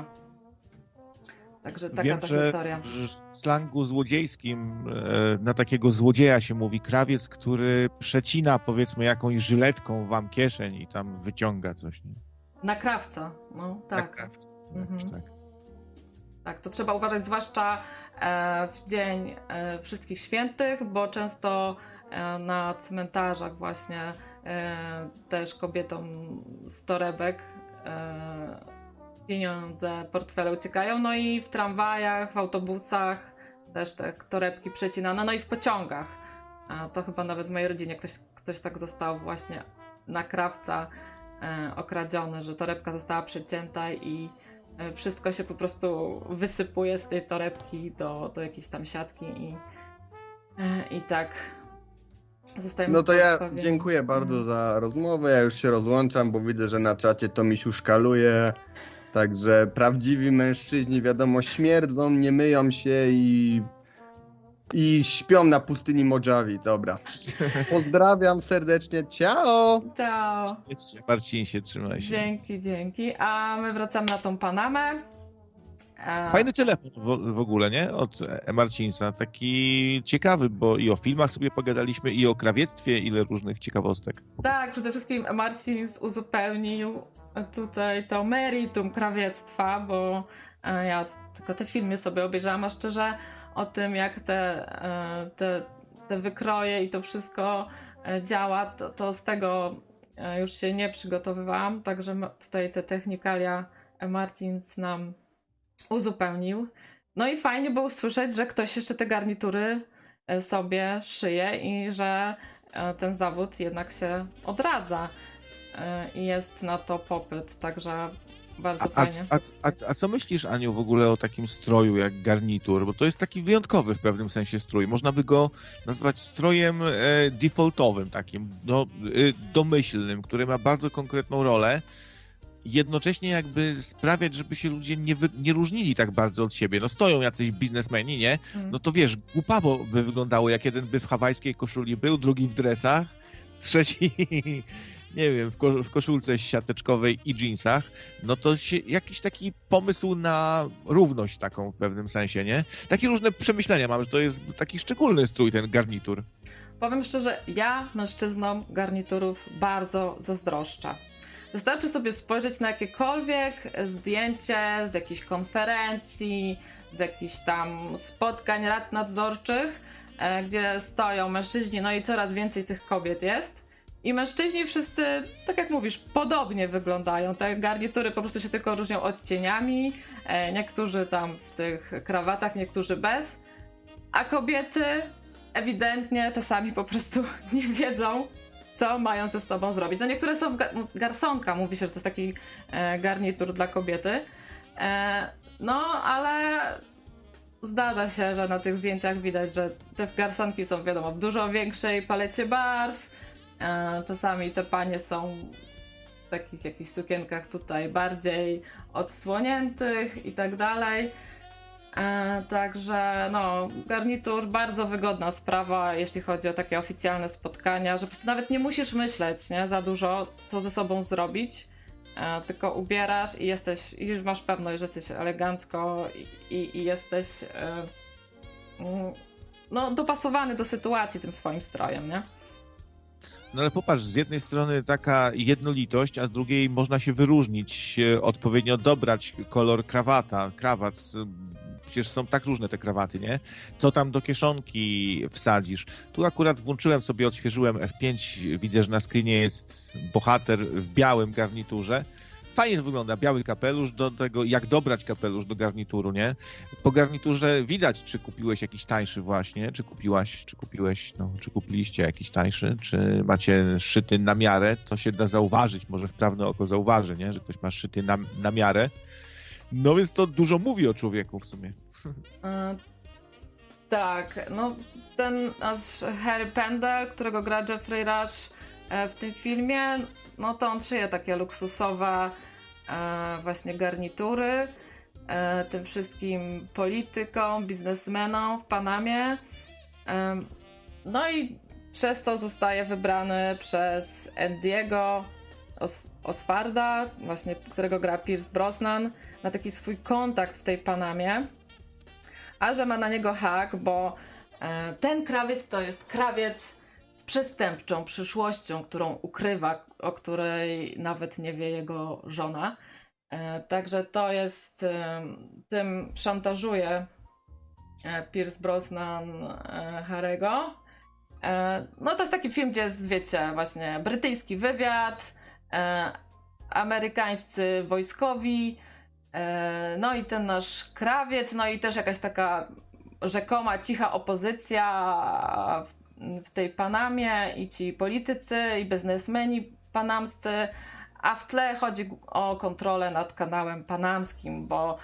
Także taka Wiem, ta że historia. w slangu złodziejskim na takiego złodzieja się mówi krawiec, który przecina, powiedzmy, jakąś żyletką wam kieszeń i tam wyciąga coś. Nie? Na krawca, no tak. Na krawca, tak. Tak, to trzeba uważać zwłaszcza w dzień Wszystkich Świętych, bo często na cmentarzach właśnie też kobietom z torebek pieniądze, portfele uciekają, no i w tramwajach, w autobusach też te torebki przecinane, no i w pociągach. To chyba nawet w mojej rodzinie ktoś tak został właśnie na krawca okradziony, że torebka została przecięta i wszystko się po prostu wysypuje z tej torebki do jakiejś tam siatki i tak zostajemy. No to ja dziękuję bardzo za rozmowę, ja już się rozłączam, bo widzę, że na czacie to misiu szkaluje. Także prawdziwi mężczyźni, wiadomo, śmierdzą, nie myją się i śpią na pustyni Modżawi. Dobra. Pozdrawiam serdecznie. Ciao! Ciao! Marcin, się trzymaj się. Dzięki. A my wracamy na tą Panamę. Fajny telefon w ogóle, nie? Od Marcinsa. Taki ciekawy, bo i o filmach sobie pogadaliśmy, i o krawiectwie, ile różnych ciekawostek. Tak, przede wszystkim Marcin uzupełnił tutaj to meritum krawiectwa, bo ja tylko te filmy sobie obejrzałam, a szczerze o tym, jak te wykroje i to wszystko działa, to z tego już się nie przygotowywałam, także tutaj te technikalia Marcin nam uzupełnił. No i fajnie było usłyszeć, że ktoś jeszcze te garnitury sobie szyje i że ten zawód jednak się odradza i jest na to popyt, także bardzo fajnie. A co myślisz, Aniu, w ogóle o takim stroju jak garnitur? Bo to jest taki wyjątkowy w pewnym sensie strój. Można by go nazwać strojem defaultowym, takim domyślnym, który ma bardzo konkretną rolę. Jednocześnie jakby sprawiać, żeby się ludzie nie różnili tak bardzo od siebie. No stoją jacyś biznesmeni, nie? No to wiesz, głupawo by wyglądało, jak jeden by w hawajskiej koszuli był, drugi w dresach, trzeci, nie wiem, w koszulce siateczkowej i dżinsach. No to się jakiś taki pomysł na równość taką w pewnym sensie, nie? Takie różne przemyślenia mam, że to jest taki szczególny strój, ten garnitur. Powiem szczerze, ja mężczyznom garniturów bardzo zazdroszczę. Wystarczy sobie spojrzeć na jakiekolwiek zdjęcie z jakiejś konferencji, z jakichś tam spotkań rad nadzorczych, gdzie stoją mężczyźni, no i coraz więcej tych kobiet jest. I mężczyźni wszyscy, tak jak mówisz, podobnie wyglądają. Te garnitury po prostu się tylko różnią odcieniami. Niektórzy tam w tych krawatach, niektórzy bez. A kobiety ewidentnie czasami po prostu nie wiedzą, co mają ze sobą zrobić. No niektóre są garsonka, mówi się, że to jest taki garnitur dla kobiety. No, ale zdarza się, że na tych zdjęciach widać, że te garsonki są, wiadomo, w dużo większej palecie barw. Czasami te panie są w takich jakichś sukienkach tutaj bardziej odsłoniętych i tak dalej. Także no, garnitur bardzo wygodna sprawa, jeśli chodzi o takie oficjalne spotkania, że po prostu nawet nie musisz myśleć, nie, za dużo, co ze sobą zrobić, tylko ubierasz i jesteś, i już masz pewność, że jesteś elegancko i jesteś no, dopasowany do sytuacji tym swoim strojem, nie? No ale popatrz, z jednej strony taka jednolitość, a z drugiej można się wyróżnić, odpowiednio dobrać kolor krawat. Przecież są tak różne te krawaty, nie? Co tam do kieszonki wsadzisz? Tu akurat włączyłem sobie, odświeżyłem F5, widzę, że na screenie jest bohater w białym garniturze. Fajnie wygląda, biały kapelusz, do tego jak dobrać kapelusz do garnituru, nie? Po garniturze widać, czy kupiłeś jakiś tańszy właśnie, czy kupiłeś, no, czy kupiliście jakiś tańszy, czy macie szyty na miarę, to się da zauważyć, może wprawne oko zauważy, nie? Że ktoś ma szyty na miarę. No więc to dużo mówi o człowieku w sumie. Tak, no ten nasz Harry Pendel, którego gra Jeffrey Rush w tym filmie, no to on szyje takie luksusowe właśnie garnitury tym wszystkim politykom, biznesmenom w Panamie. No i przez to zostaje wybrany przez Andy'ego Oswarda, właśnie którego gra Pierce Brosnan, na taki swój kontakt w tej Panamie. A że ma na niego hak, bo ten krawiec to jest krawiec z przestępczą przyszłością, którą ukrywa, o której nawet nie wie jego żona. Także to jest, tym szantażuje Pierce Brosnan Harry'ego. No to jest taki film, gdzie jest, wiecie, właśnie brytyjski wywiad, amerykańscy wojskowi, no i ten nasz krawiec, no i też jakaś taka rzekoma cicha opozycja w tej Panamie i ci politycy i biznesmeni panamscy, a w tle chodzi o kontrolę nad kanałem panamskim, bo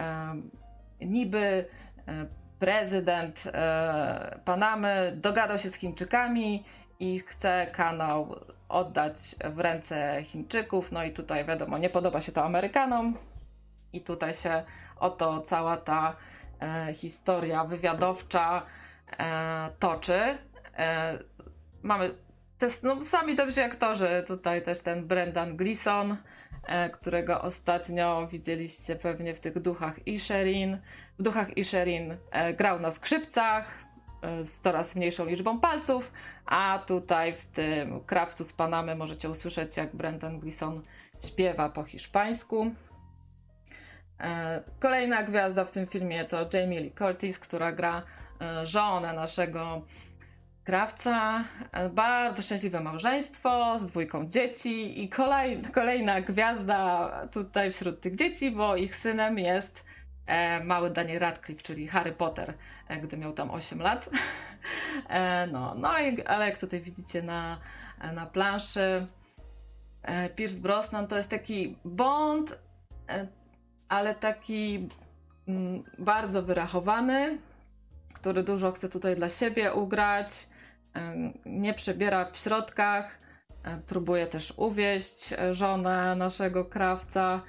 niby prezydent Panamy dogadał się z Chińczykami i chce kanał oddać w ręce Chińczyków, no i tutaj wiadomo, nie podoba się to Amerykanom i tutaj się oto cała ta historia wywiadowcza toczy. Mamy też, no, sami dobrzy aktorzy, tutaj też ten Brendan Gleeson, którego ostatnio widzieliście pewnie w tych Duchach Inisherin. W Duchach Inisherin grał na skrzypcach z coraz mniejszą liczbą palców, a tutaj w tym Krawcu z Panamy możecie usłyszeć, jak Brendan Gleeson śpiewa po hiszpańsku. Kolejna gwiazda w tym filmie to Jamie Lee Curtis, która gra żonę naszego krawca. Bardzo szczęśliwe małżeństwo z 2 dzieci i kolejna gwiazda tutaj wśród tych dzieci, bo ich synem jest mały Daniel Radcliffe, czyli Harry Potter, gdy miał tam 8 lat. Ale jak tutaj widzicie na planszy, Pierce Brosnan to jest taki Bond, ale taki bardzo wyrachowany, który dużo chce tutaj dla siebie ugrać, nie przebiera w środkach, próbuje też uwieść żonę naszego krawca.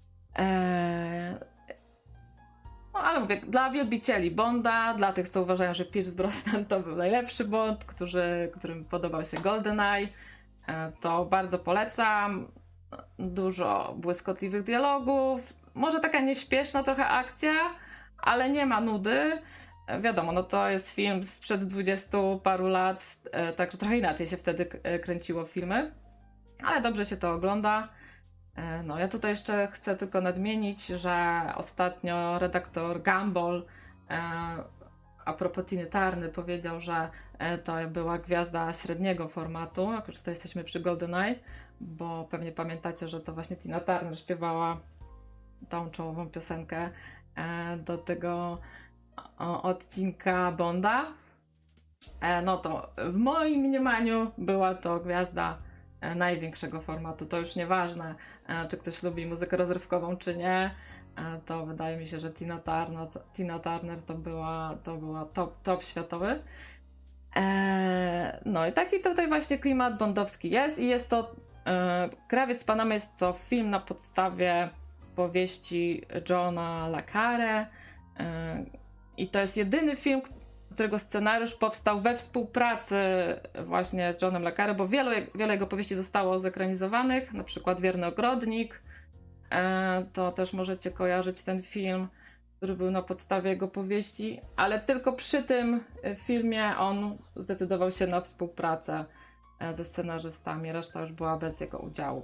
No ale mówię, dla wielbicieli Bonda, dla tych, co uważają, że Pierce Brosnan to był najlepszy Bond, którym podobał się GoldenEye, to bardzo polecam. Dużo błyskotliwych dialogów, może taka nieśpieszna trochę akcja, ale nie ma nudy. Wiadomo, no to jest film sprzed 20 paru lat, także trochę inaczej się wtedy kręciło filmy. ale dobrze się to ogląda. No, ja tutaj jeszcze chcę tylko nadmienić, że ostatnio redaktor Gumball a propos Tiny Turner powiedział, że to była gwiazda średniego formatu, jak już tutaj jesteśmy przy GoldenEye, bo pewnie pamiętacie, że to właśnie Tina Turner śpiewała tą czołową piosenkę do tego odcinka Bonda. No to w moim mniemaniu była to gwiazda największego formatu. To już nieważne, czy ktoś lubi muzykę rozrywkową, czy nie. To wydaje mi się, że Tina Turner to była top światowy. No i taki tutaj właśnie klimat bondowski jest i jest to Krawiec z Panamy, jest to film na podstawie powieści Johna le Carré i to jest jedyny film, którego scenariusz powstał we współpracy właśnie z Johnem le Carré, bo wiele jego powieści zostało zekranizowanych, na przykład Wierny Ogrodnik, to też możecie kojarzyć ten film, który był na podstawie jego powieści, ale tylko przy tym filmie on zdecydował się na współpracę ze scenarzystami, reszta już była bez jego udziału.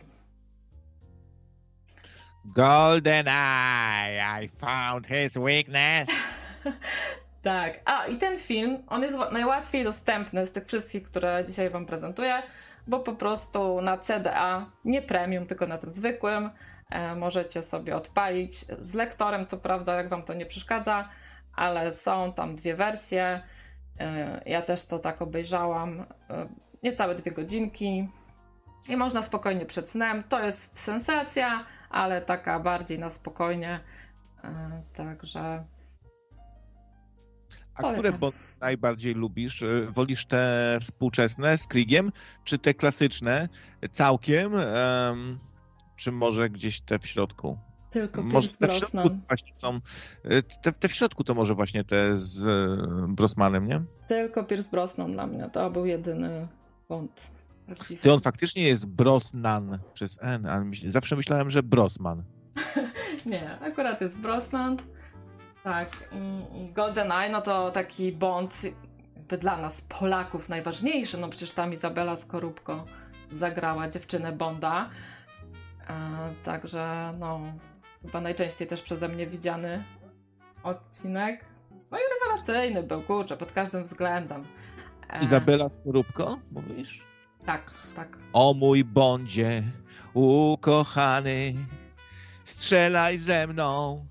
GoldenEye, I found his weakness. Tak, i ten film, on jest najłatwiej dostępny z tych wszystkich, które dzisiaj wam prezentuję, bo po prostu na CDA, nie premium, tylko na tym zwykłym, możecie sobie odpalić z lektorem, co prawda, jak wam to nie przeszkadza, ale są tam 2 wersje. Ja też to tak obejrzałam, niecałe 2 godzinki i można spokojnie przed snem. To jest sensacja, ale taka bardziej na spokojnie, także... A które Bondy najbardziej lubisz? Wolisz te współczesne z Kriegiem, czy te klasyczne całkiem, czy może gdzieś te w środku? Tylko może Pierce te w środku Brosnan. właśnie są, te w środku to może właśnie te z Brosnanem, nie? Tylko Pierce Brosnan dla mnie, to był jedyny Bond prawdziwy. Ty on faktycznie jest Brosnan przez N, ale zawsze myślałem, że Brosman. Nie, akurat jest Brosnan. Tak, i GoldenEye, no to taki Bond jakby dla nas Polaków najważniejszy, no przecież tam Izabela Skorupko zagrała dziewczynę Bonda, także no chyba najczęściej też przeze mnie widziany odcinek, no i rewelacyjny był, kurczę, pod każdym względem. Izabela Skorupko, mówisz? Tak. O mój Bondzie, ukochany, strzelaj ze mną.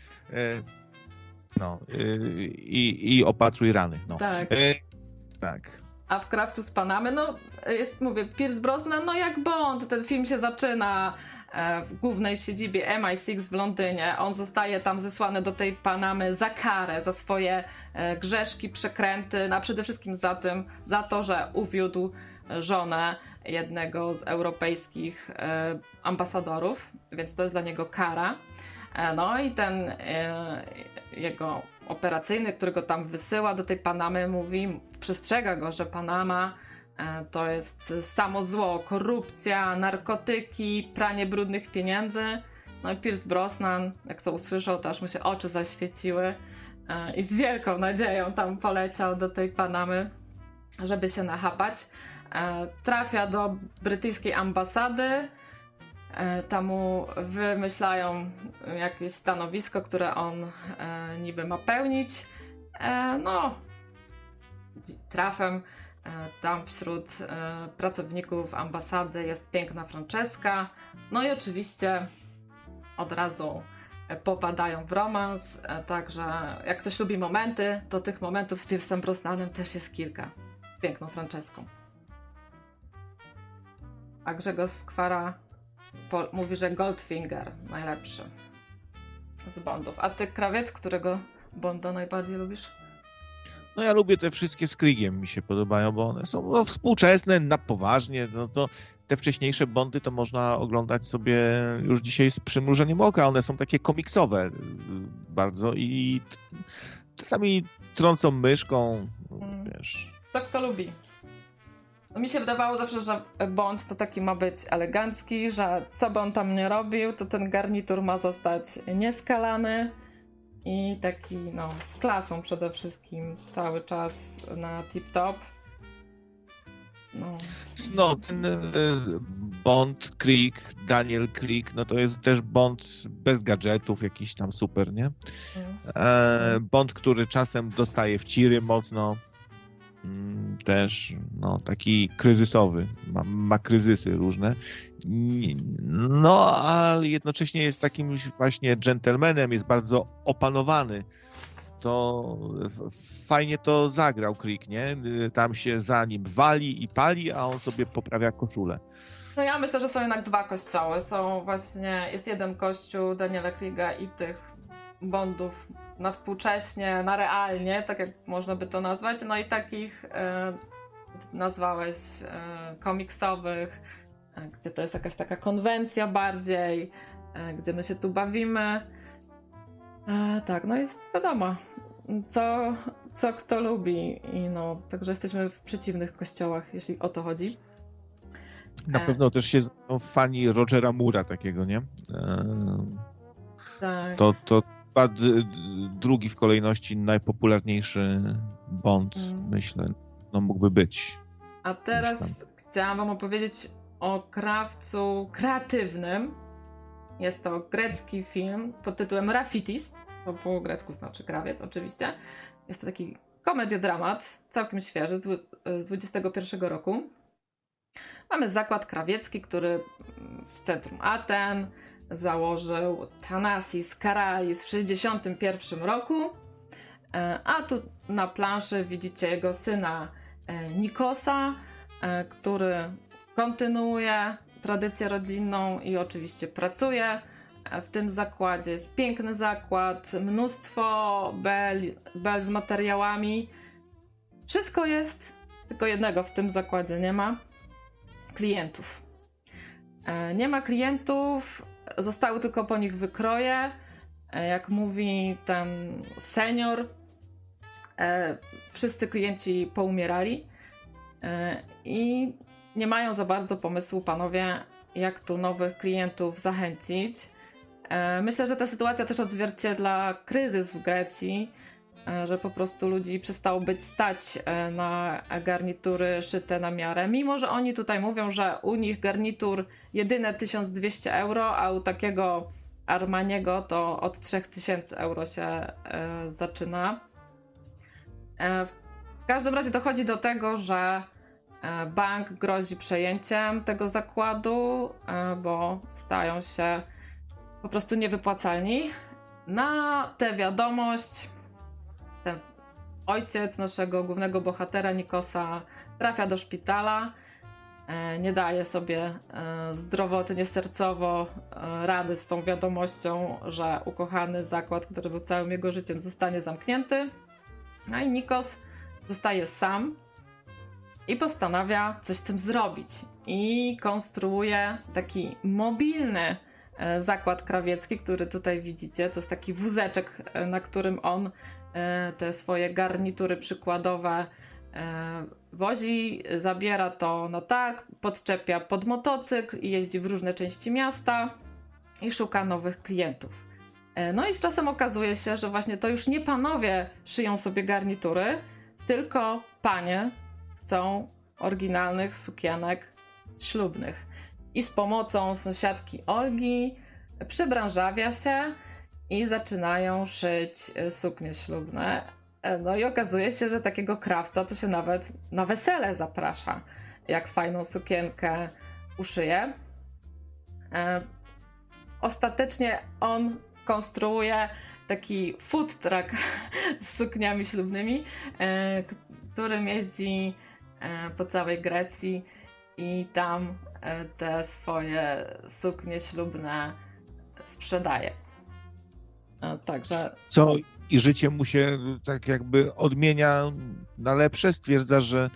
I opatruj rany. No. Tak. Tak. A w Krawcu z Panamy, no jest, mówię, Pierce Brosnan, no jak Bond, ten film się zaczyna w głównej siedzibie MI6 w Londynie. On zostaje tam zesłany do tej Panamy za karę, za swoje grzeszki, przekręty, a przede wszystkim za to, że uwiódł żonę jednego z europejskich ambasadorów, więc to jest dla niego kara. No i ten jego operacyjny, który go tam wysyła do tej Panamy, przestrzega go, że Panama to jest samo zło, korupcja, narkotyki, pranie brudnych pieniędzy. No i Pierce Brosnan, jak to usłyszał, to aż mu się oczy zaświeciły i z wielką nadzieją tam poleciał do tej Panamy, żeby się nachapać. Trafia do brytyjskiej ambasady, tam mu wymyślają jakieś stanowisko, które on niby ma pełnić. No, trafem tam wśród pracowników ambasady jest piękna Franceska. No i oczywiście od razu popadają w romans, także jak ktoś lubi momenty, to tych momentów z Pierce'em Brosnanem też jest kilka. Piękną Franceską. A Grzegorz Skwara mówi, że Goldfinger najlepszy z Bondów. A ty, Krawiec, którego Bonda najbardziej lubisz? No ja lubię te wszystkie z Kriegiem, mi się podobają, bo one są współczesne, na poważnie. No to te wcześniejsze Bondy to można oglądać sobie już dzisiaj z przymrużeniem oka. One są takie komiksowe bardzo i czasami trącą myszką, wiesz. To kto lubi? No mi się wydawało zawsze, że Bond to taki ma być elegancki, że co by on tam nie robił, to ten garnitur ma zostać nieskalany i taki, no, z klasą przede wszystkim cały czas na tip-top. No, ten Bond, Daniel Craig, no to jest też Bond bez gadżetów, jakiś tam super, nie? Bond, który czasem dostaje w ciry mocno, też, no, taki kryzysowy, ma kryzysy różne. No, ale jednocześnie jest takim właśnie dżentelmenem, jest bardzo opanowany. To fajnie to zagrał Craig, nie? Tam się za nim wali i pali, a on sobie poprawia koszulę. No ja myślę, że są jednak dwa kościoły. Jest jeden kościół Daniela Craiga i tych Bondów na współcześnie, na realnie, tak jak można by to nazwać. No i takich nazwałeś komiksowych, gdzie to jest jakaś taka konwencja bardziej, gdzie my się tu bawimy. Tak, no jest wiadomo, co kto lubi i no, także jesteśmy w przeciwnych kościołach, jeśli o to chodzi. Na pewno też się są fani Rogera Moore'a takiego, nie? Tak. To drugi w kolejności najpopularniejszy Bond, myślę, no mógłby być. A teraz chciałam wam opowiedzieć o krawcu kreatywnym. Jest to grecki film pod tytułem Rafitis. To po grecku znaczy krawiec, oczywiście. Jest to taki komediodramat, całkiem świeży, z 21 roku. Mamy zakład krawiecki, który w centrum Aten założył Thanasis Karalis w 61 roku. A tu na planszy widzicie jego syna Nikosa, który kontynuuje tradycję rodzinną i oczywiście pracuje w tym zakładzie. Jest piękny zakład, mnóstwo bel z materiałami. Wszystko jest, tylko jednego w tym zakładzie nie ma. Klientów. Nie ma klientów, zostały tylko po nich wykroje. Jak mówi ten senior, wszyscy klienci poumierali i nie mają za bardzo pomysłu panowie, jak tu nowych klientów zachęcić. Myślę, że ta sytuacja też odzwierciedla kryzys w Grecji, że po prostu ludzi przestało być stać na garnitury szyte na miarę. Mimo że oni tutaj mówią, że u nich garnitur jedyne 1200 euro, a u takiego Armaniego to od 3000 euro się zaczyna. W każdym razie dochodzi do tego, że bank grozi przejęciem tego zakładu, bo stają się po prostu niewypłacalni. Na tę wiadomość ten ojciec naszego głównego bohatera Nikosa trafia do szpitala, nie daje sobie zdrowotnie, sercowo rady z tą wiadomością, że ukochany zakład, który był całym jego życiem, zostanie zamknięty. No i Nikos zostaje sam i postanawia coś z tym zrobić. I konstruuje taki mobilny zakład krawiecki, który tutaj widzicie. To jest taki wózeczek, na którym on te swoje garnitury przykładowe wozi, zabiera to na targ, podczepia pod motocykl i jeździ w różne części miasta i szuka nowych klientów. No i z czasem okazuje się, że właśnie to już nie panowie szyją sobie garnitury, tylko panie chcą oryginalnych sukienek ślubnych. I z pomocą sąsiadki Olgi przybranżawia się i zaczynają szyć suknie ślubne. No i okazuje się, że takiego krawca to się nawet na wesele zaprasza, jak fajną sukienkę uszyje. Ostatecznie on konstruuje taki food truck z sukniami ślubnymi, którym jeździ po całej Grecji i tam te swoje suknie ślubne sprzedaje. Także... Co i życie mu się tak jakby odmienia na lepsze? Stwierdza, że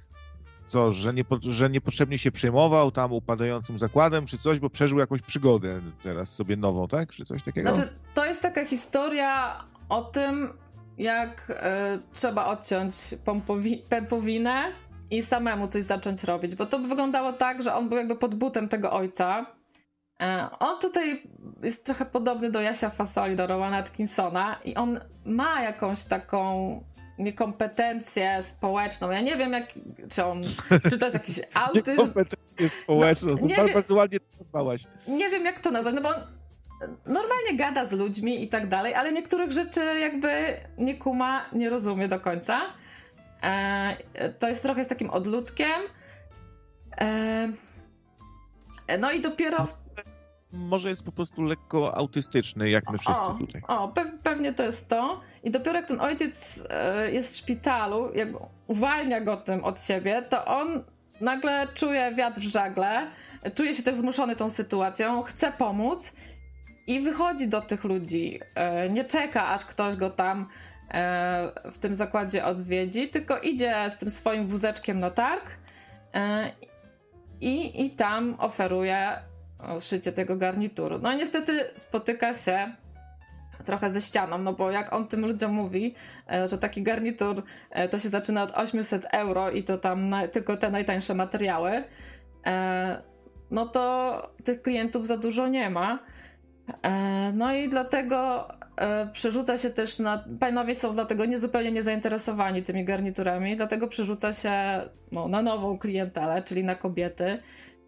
że niepotrzebnie się przejmował tam upadającym zakładem czy coś, bo przeżył jakąś przygodę teraz sobie nową, tak? Czy coś takiego? Znaczy, to jest taka historia o tym, jak trzeba odciąć pępowinę i samemu coś zacząć robić, bo to wyglądało tak, że on był jakby pod butem tego ojca. On tutaj jest trochę podobny do Jasia Fasoli, do Rowana Atkinsona i on ma jakąś taką niekompetencję społeczną. Ja nie wiem, czy to jest jakiś autyzm. Niekompetencję społeczną, bardzo ładnie to nazwałaś. Nie wiem, jak to nazwać, no bo normalnie gada z ludźmi i tak dalej, ale niektórych rzeczy jakby nie kuma, nie rozumie do końca. To jest trochę z takim odludkiem. No i dopiero... Może jest po prostu lekko autystyczny, jak my wszyscy tutaj. Pewnie to jest to. I dopiero jak ten ojciec jest w szpitalu, jak uwalnia go tym od siebie, to on nagle czuje wiatr w żagle, czuje się też zmuszony tą sytuacją, chce pomóc i wychodzi do tych ludzi. Nie czeka, aż ktoś go tam w tym zakładzie odwiedzi, tylko idzie z tym swoim wózeczkiem na targ i tam oferuje szycie tego garnituru. No niestety spotyka się trochę ze ścianą, no bo jak on tym ludziom mówi, że taki garnitur to się zaczyna od 800 euro i to tam tylko te najtańsze materiały, no to tych klientów za dużo nie ma. No i dlatego przerzuca się też panowie są dlatego zupełnie niezainteresowani tymi garniturami, dlatego przerzuca się na nową klientelę, czyli na kobiety.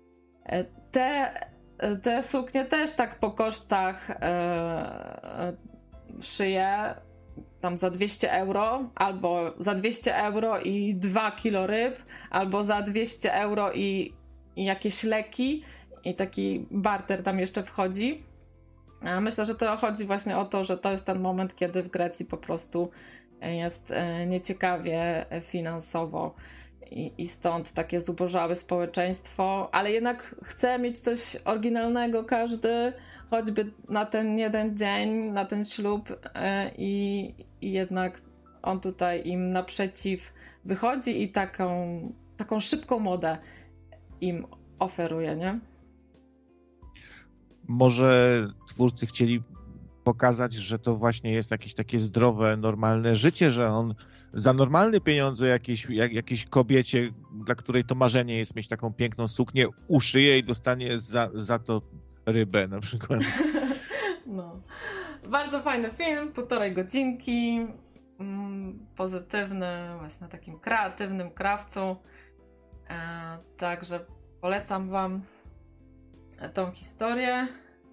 Te suknie też tak po kosztach szyję tam za 200 euro, albo za 200 euro i 2 kilo ryb, albo za 200 euro i jakieś leki i taki barter tam jeszcze wchodzi. Myślę, że to chodzi właśnie o to, że to jest ten moment, kiedy w Grecji po prostu jest nieciekawie finansowo i stąd takie zubożałe społeczeństwo, ale jednak chce mieć coś oryginalnego każdy, choćby na ten jeden dzień, na ten ślub i jednak on tutaj im naprzeciw wychodzi i taką szybką modę im oferuje, nie? Może twórcy chcieli pokazać, że to właśnie jest jakieś takie zdrowe, normalne życie, że on za normalne pieniądze jakiejś kobiecie, dla której to marzenie jest mieć taką piękną suknię, uszyje i dostanie za to rybę na przykład. No. Bardzo fajny film, 1,5 godzinki, pozytywny, właśnie na takim kreatywnym krawcu. Także polecam wam tą historię.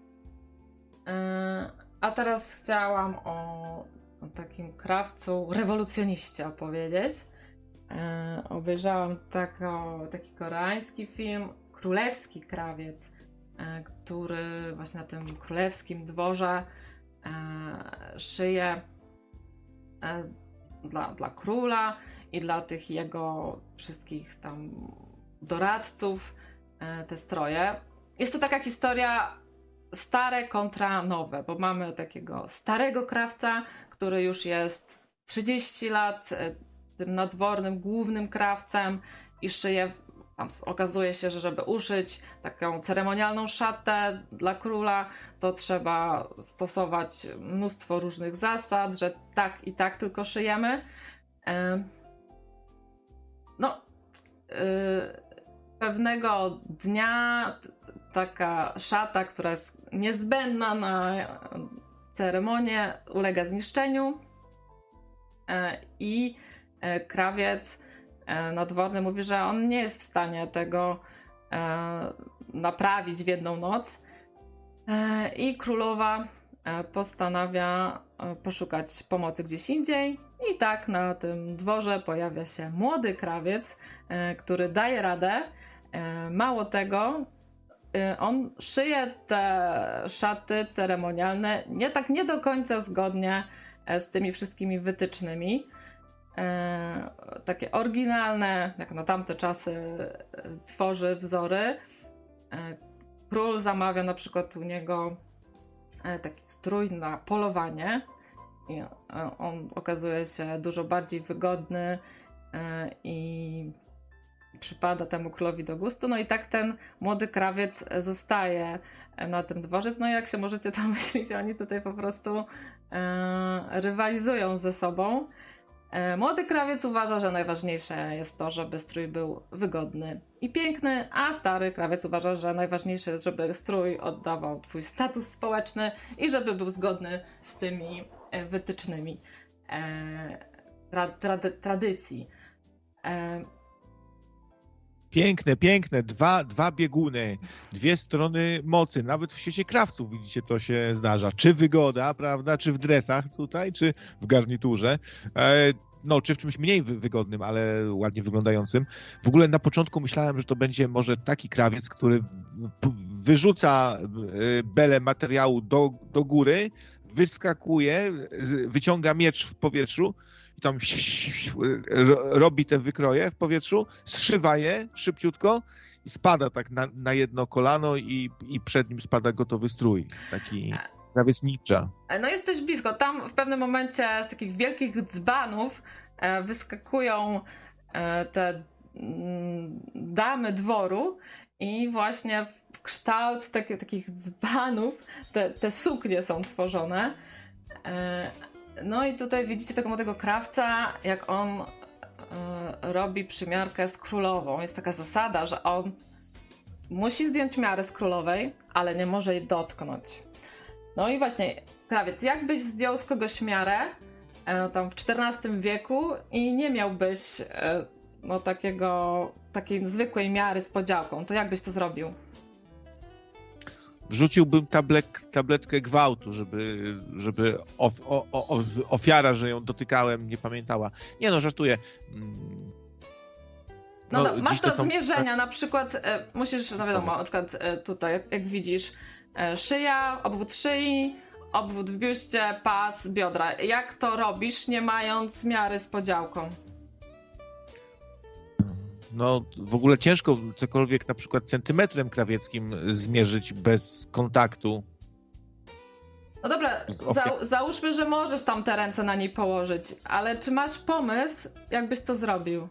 A teraz chciałam o takim krawcu, rewolucjoniście opowiedzieć. Obejrzałam taki koreański film Królewski Krawiec, który właśnie na tym królewskim dworze szyje dla króla i dla tych jego wszystkich tam doradców te stroje. Jest to taka historia stare kontra nowe, bo mamy takiego starego krawca, który już jest 30 lat tym nadwornym, głównym krawcem i szyje, tam okazuje się, że żeby uszyć taką ceremonialną szatę dla króla, to trzeba stosować mnóstwo różnych zasad, że tak i tak tylko szyjemy. Pewnego dnia taka szata, która jest niezbędna na ceremonię, ulega zniszczeniu i krawiec nadworny mówi, że on nie jest w stanie tego naprawić w jedną noc i królowa postanawia poszukać pomocy gdzieś indziej i tak na tym dworze pojawia się młody krawiec, który daje radę. Mało tego, on szyje te szaty ceremonialne nie do końca zgodnie z tymi wszystkimi wytycznymi. Takie oryginalne, jak na tamte czasy, tworzy wzory. Król zamawia na przykład u niego taki strój na polowanie i on okazuje się dużo bardziej wygodny i przypada temu królowi do gustu. No i tak ten młody krawiec zostaje na tym dworze. No i jak się możecie domyślić, oni tutaj po prostu rywalizują ze sobą. Młody krawiec uważa, że najważniejsze jest to, żeby strój był wygodny i piękny, a stary krawiec uważa, że najważniejsze jest, żeby strój oddawał twój status społeczny i żeby był zgodny z tymi wytycznymi. tradycji. Piękne. Dwa bieguny, dwie strony mocy. Nawet w świecie krawców, widzicie, to się zdarza. Czy wygoda, prawda? Czy w dresach tutaj, czy w garniturze. No, czy w czymś mniej wygodnym, ale ładnie wyglądającym. W ogóle na początku myślałem, że to będzie może taki krawiec, który wyrzuca belę materiału do góry, wyskakuje, wyciąga miecz w powietrzu i tam robi te wykroje w powietrzu, zszywa je szybciutko i spada tak na jedno kolano i przed nim spada gotowy strój. Taki krawiec ninja. No jesteś blisko. Tam w pewnym momencie z takich wielkich dzbanów wyskakują te damy dworu i właśnie w kształt takich dzbanów te suknie są tworzone. No i tutaj widzicie tego młodego krawca, jak on robi przymiarkę z królową. Jest taka zasada, że on musi zdjąć miarę z królowej, ale nie może jej dotknąć. No i właśnie, krawiec, jakbyś zdjął z kogoś miarę tam w XIV wieku i nie miałbyś takiej zwykłej miary z podziałką, to jak byś to zrobił? Wrzuciłbym tabletkę gwałtu, żeby ofiara, że ją dotykałem, nie pamiętała. Nie no, żartuję. Masz do zmierzenia, na przykład musisz, no wiadomo, na przykład tutaj, jak widzisz, szyja, obwód szyi, obwód w biuście, pas, biodra. Jak to robisz, nie mając miary z podziałką? No w ogóle ciężko cokolwiek na przykład centymetrem krawieckim zmierzyć bez kontaktu. No dobra, załóżmy, że możesz tam te ręce na niej położyć, ale czy masz pomysł, jakbyś to zrobił?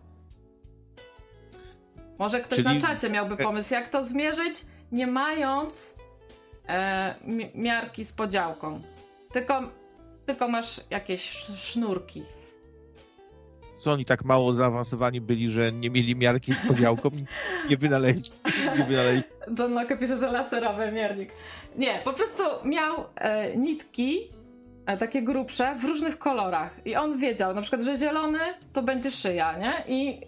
Może ktoś na czacie miałby pomysł, jak to zmierzyć, nie mając miarki z podziałką. Tylko masz jakieś sznurki. Co oni tak mało zaawansowani byli, że nie mieli miarki z podziałką? Nie wynaleźli. John Locke pisze, że laserowy miernik. Nie, po prostu miał nitki takie grubsze w różnych kolorach i on wiedział, na przykład, że zielony to będzie szyja, nie? I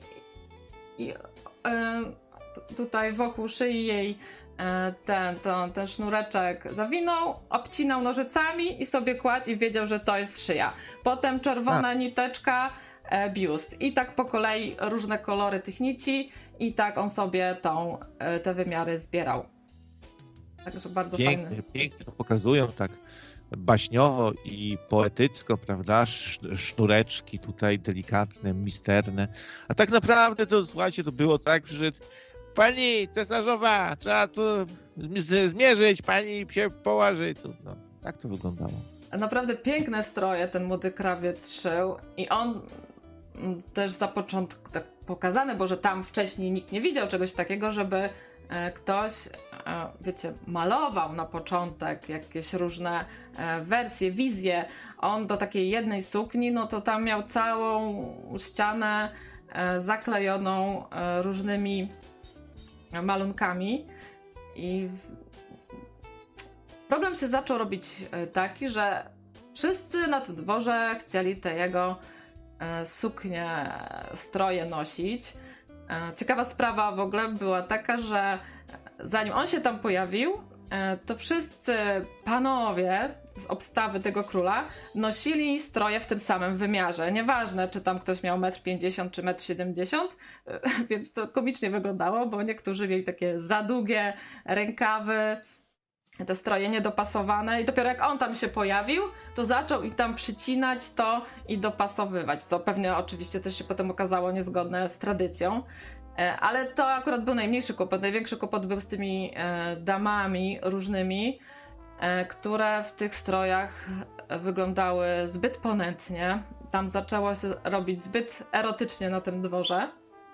tutaj wokół szyi jej ten sznureczek zawinął, obcinał nożycami i sobie kładł i wiedział, że to jest szyja. Potem czerwona niteczka, biust. I tak po kolei różne kolory tych nici i tak on sobie te wymiary zbierał. Także bardzo fajne. Pięknie to pokazują tak baśniowo i poetycko, prawda? Sznureczki tutaj delikatne, misterne. A tak naprawdę to, słuchajcie, to było tak, że pani cesarzowa, trzeba tu zmierzyć, pani się położy. No, tak to wyglądało. Naprawdę piękne stroje ten młody krawiec szył i on też za początku tak pokazane, bo że tam wcześniej nikt nie widział czegoś takiego, żeby ktoś, wiecie, malował na początek jakieś różne wersje, wizje. On do takiej jednej sukni, no to tam miał całą ścianę zaklejoną różnymi malunkami i problem się zaczął robić taki, że wszyscy na tym dworze chcieli te jego suknie, stroje nosić. Ciekawa sprawa w ogóle była taka, że zanim on się tam pojawił, to wszyscy panowie z obstawy tego króla nosili stroje w tym samym wymiarze. Nieważne, czy tam ktoś miał 1,50 m czy 1,70 m, więc to komicznie wyglądało, bo niektórzy mieli takie za długie rękawy, te stroje niedopasowane i dopiero jak on tam się pojawił, to zaczął im tam przycinać to i dopasowywać, co pewnie oczywiście też się potem okazało niezgodne z tradycją. Ale to akurat był najmniejszy kłopot. Największy kłopot był z tymi damami różnymi, które w tych strojach wyglądały zbyt ponętnie. Tam zaczęło się robić zbyt erotycznie na tym dworze.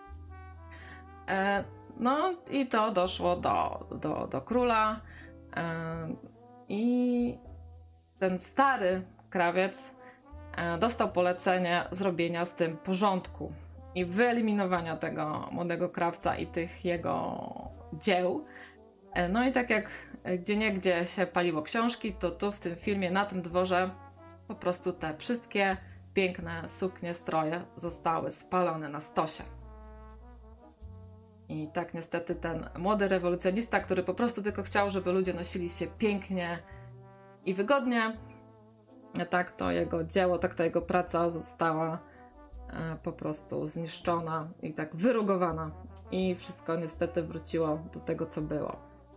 No i to doszło do króla. I ten stary krawiec dostał polecenie zrobienia z tym porządku i wyeliminowania tego młodego krawca i tych jego dzieł. No i tak jak gdzieniegdzie się paliło książki, to tu w tym filmie, na tym dworze po prostu te wszystkie piękne suknie, stroje zostały spalone na stosie. I tak niestety ten młody rewolucjonista, który po prostu tylko chciał, żeby ludzie nosili się pięknie i wygodnie, tak to jego dzieło, tak ta jego praca została po prostu zniszczona i tak wyrugowana. I wszystko niestety wróciło do tego, co było.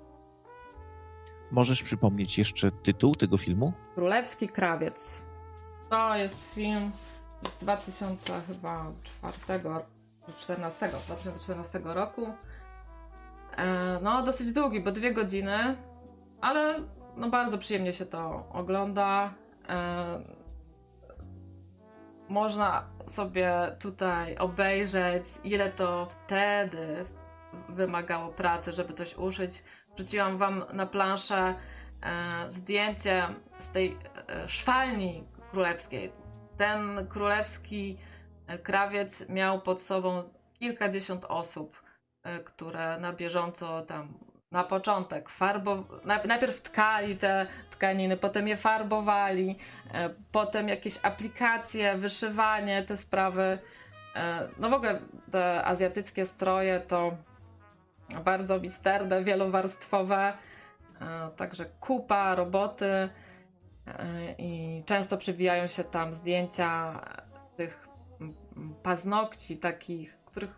Możesz przypomnieć jeszcze tytuł tego filmu? Królewski Krawiec. To jest film z 2014 roku. No, dosyć długi, bo 2 godziny, ale no bardzo przyjemnie się to ogląda. Można sobie tutaj obejrzeć, ile to wtedy wymagało pracy, żeby coś uszyć. Wrzuciłam wam na planszę zdjęcie z tej szwalni królewskiej. Ten królewski krawiec miał pod sobą kilkadziesiąt osób, które na bieżąco tam na początek najpierw tkali te tkaniny, potem je farbowali, potem jakieś aplikacje, wyszywanie, te sprawy. No w ogóle te azjatyckie stroje to bardzo misterne, wielowarstwowe, także kupa roboty i często przewijają się tam zdjęcia tych paznokci, takich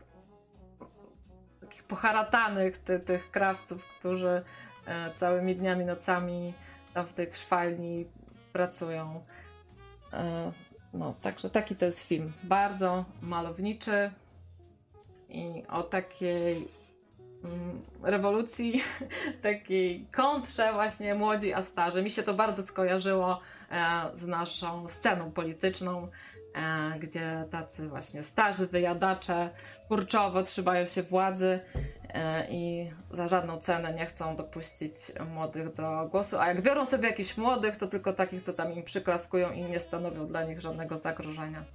poharatanych tych krawców, którzy całymi dniami, nocami tam w tej szwalni pracują. No, także taki to jest film. Bardzo malowniczy i o takiej rewolucji, takiej kontrze właśnie młodzi a starzy. Mi się to bardzo skojarzyło z naszą sceną polityczną, gdzie tacy właśnie starzy wyjadacze kurczowo trzymają się władzy i za żadną cenę nie chcą dopuścić młodych do głosu, a jak biorą sobie jakichś młodych, to tylko takich, co tam im przyklaskują i nie stanowią dla nich żadnego zagrożenia.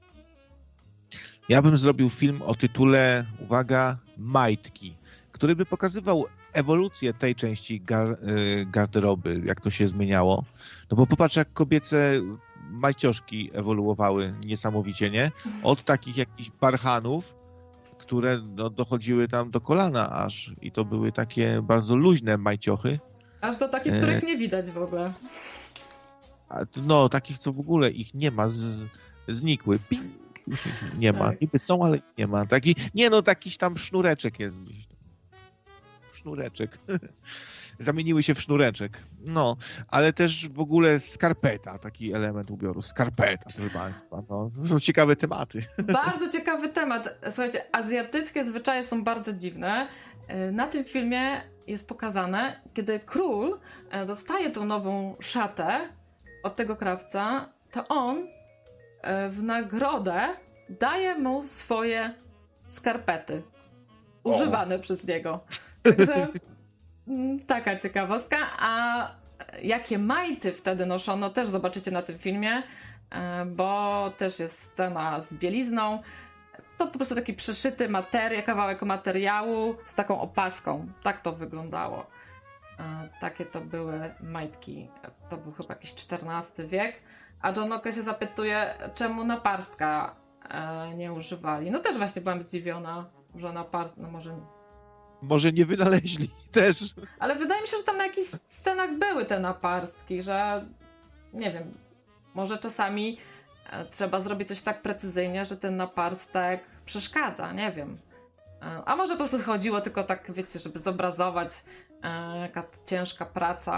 Ja bym zrobił film o tytule, uwaga, Majtki, który by pokazywał ewolucję tej części garderoby, jak to się zmieniało. No bo popatrz, jak kobiece majcioszki ewoluowały niesamowicie, nie? Od takich jakichś barchanów, które no, dochodziły tam do kolana aż i to były takie bardzo luźne majciochy. Aż do takich, których nie widać w ogóle. No, takich, co w ogóle ich nie ma, znikły. Ping, już ich nie ma. Niby są, ale ich nie ma. Takiś tam sznureczek jest gdzieś. Sznureczek. Zamieniły się w sznureczek. No, ale też w ogóle skarpeta, taki element ubioru. Skarpeta, proszę Państwa. No, to są ciekawe tematy. Bardzo ciekawy temat. Słuchajcie, azjatyckie zwyczaje są bardzo dziwne. Na tym filmie jest pokazane, kiedy król dostaje tą nową szatę od tego krawca, to on w nagrodę daje mu swoje skarpety. Używane przez niego. Także taka ciekawostka. A jakie majty wtedy noszono, też zobaczycie na tym filmie, bo też jest scena z bielizną. To po prostu taki przeszyty kawałek materiału z taką opaską. Tak to wyglądało. Takie to były majtki. To był chyba jakiś XIV wiek. A John Locke się zapytuje, czemu naparstka nie używali. No też właśnie byłam zdziwiona, że naparstka, no może nie wynaleźli też. Ale wydaje mi się, że tam na jakichś scenach były te naparstki, że nie wiem, może czasami trzeba zrobić coś tak precyzyjnie, że ten naparstek przeszkadza, nie wiem. A może po prostu chodziło tylko tak, wiecie, żeby zobrazować jaka to ciężka praca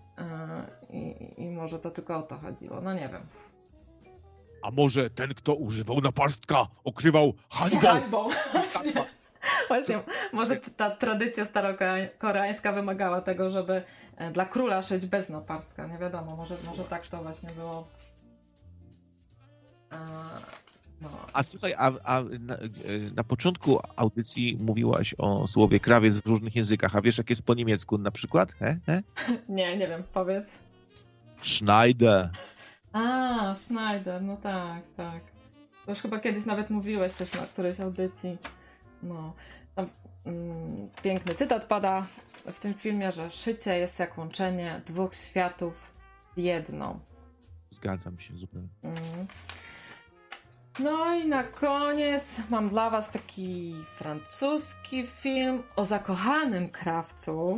i może to tylko o to chodziło, no nie wiem. A może ten, kto używał naparstka, okrywał hańbą? Hańbą, właśnie, może ta tradycja starokoreańska wymagała tego, żeby dla króla szyć bez naparstka, nie wiadomo, może tak to właśnie było. No. A słuchaj, na początku audycji mówiłaś o słowie krawiec w różnych językach, a wiesz jak jest po niemiecku na przykład? Nie wiem, powiedz. Schneider. A, Schneider, no tak. To już chyba kiedyś nawet mówiłeś też na którejś audycji. No. Piękny cytat pada w tym filmie, że szycie jest jak łączenie dwóch światów w jedno. Zgadzam się zupełnie. No i na koniec mam dla was taki francuski film o zakochanym krawcu.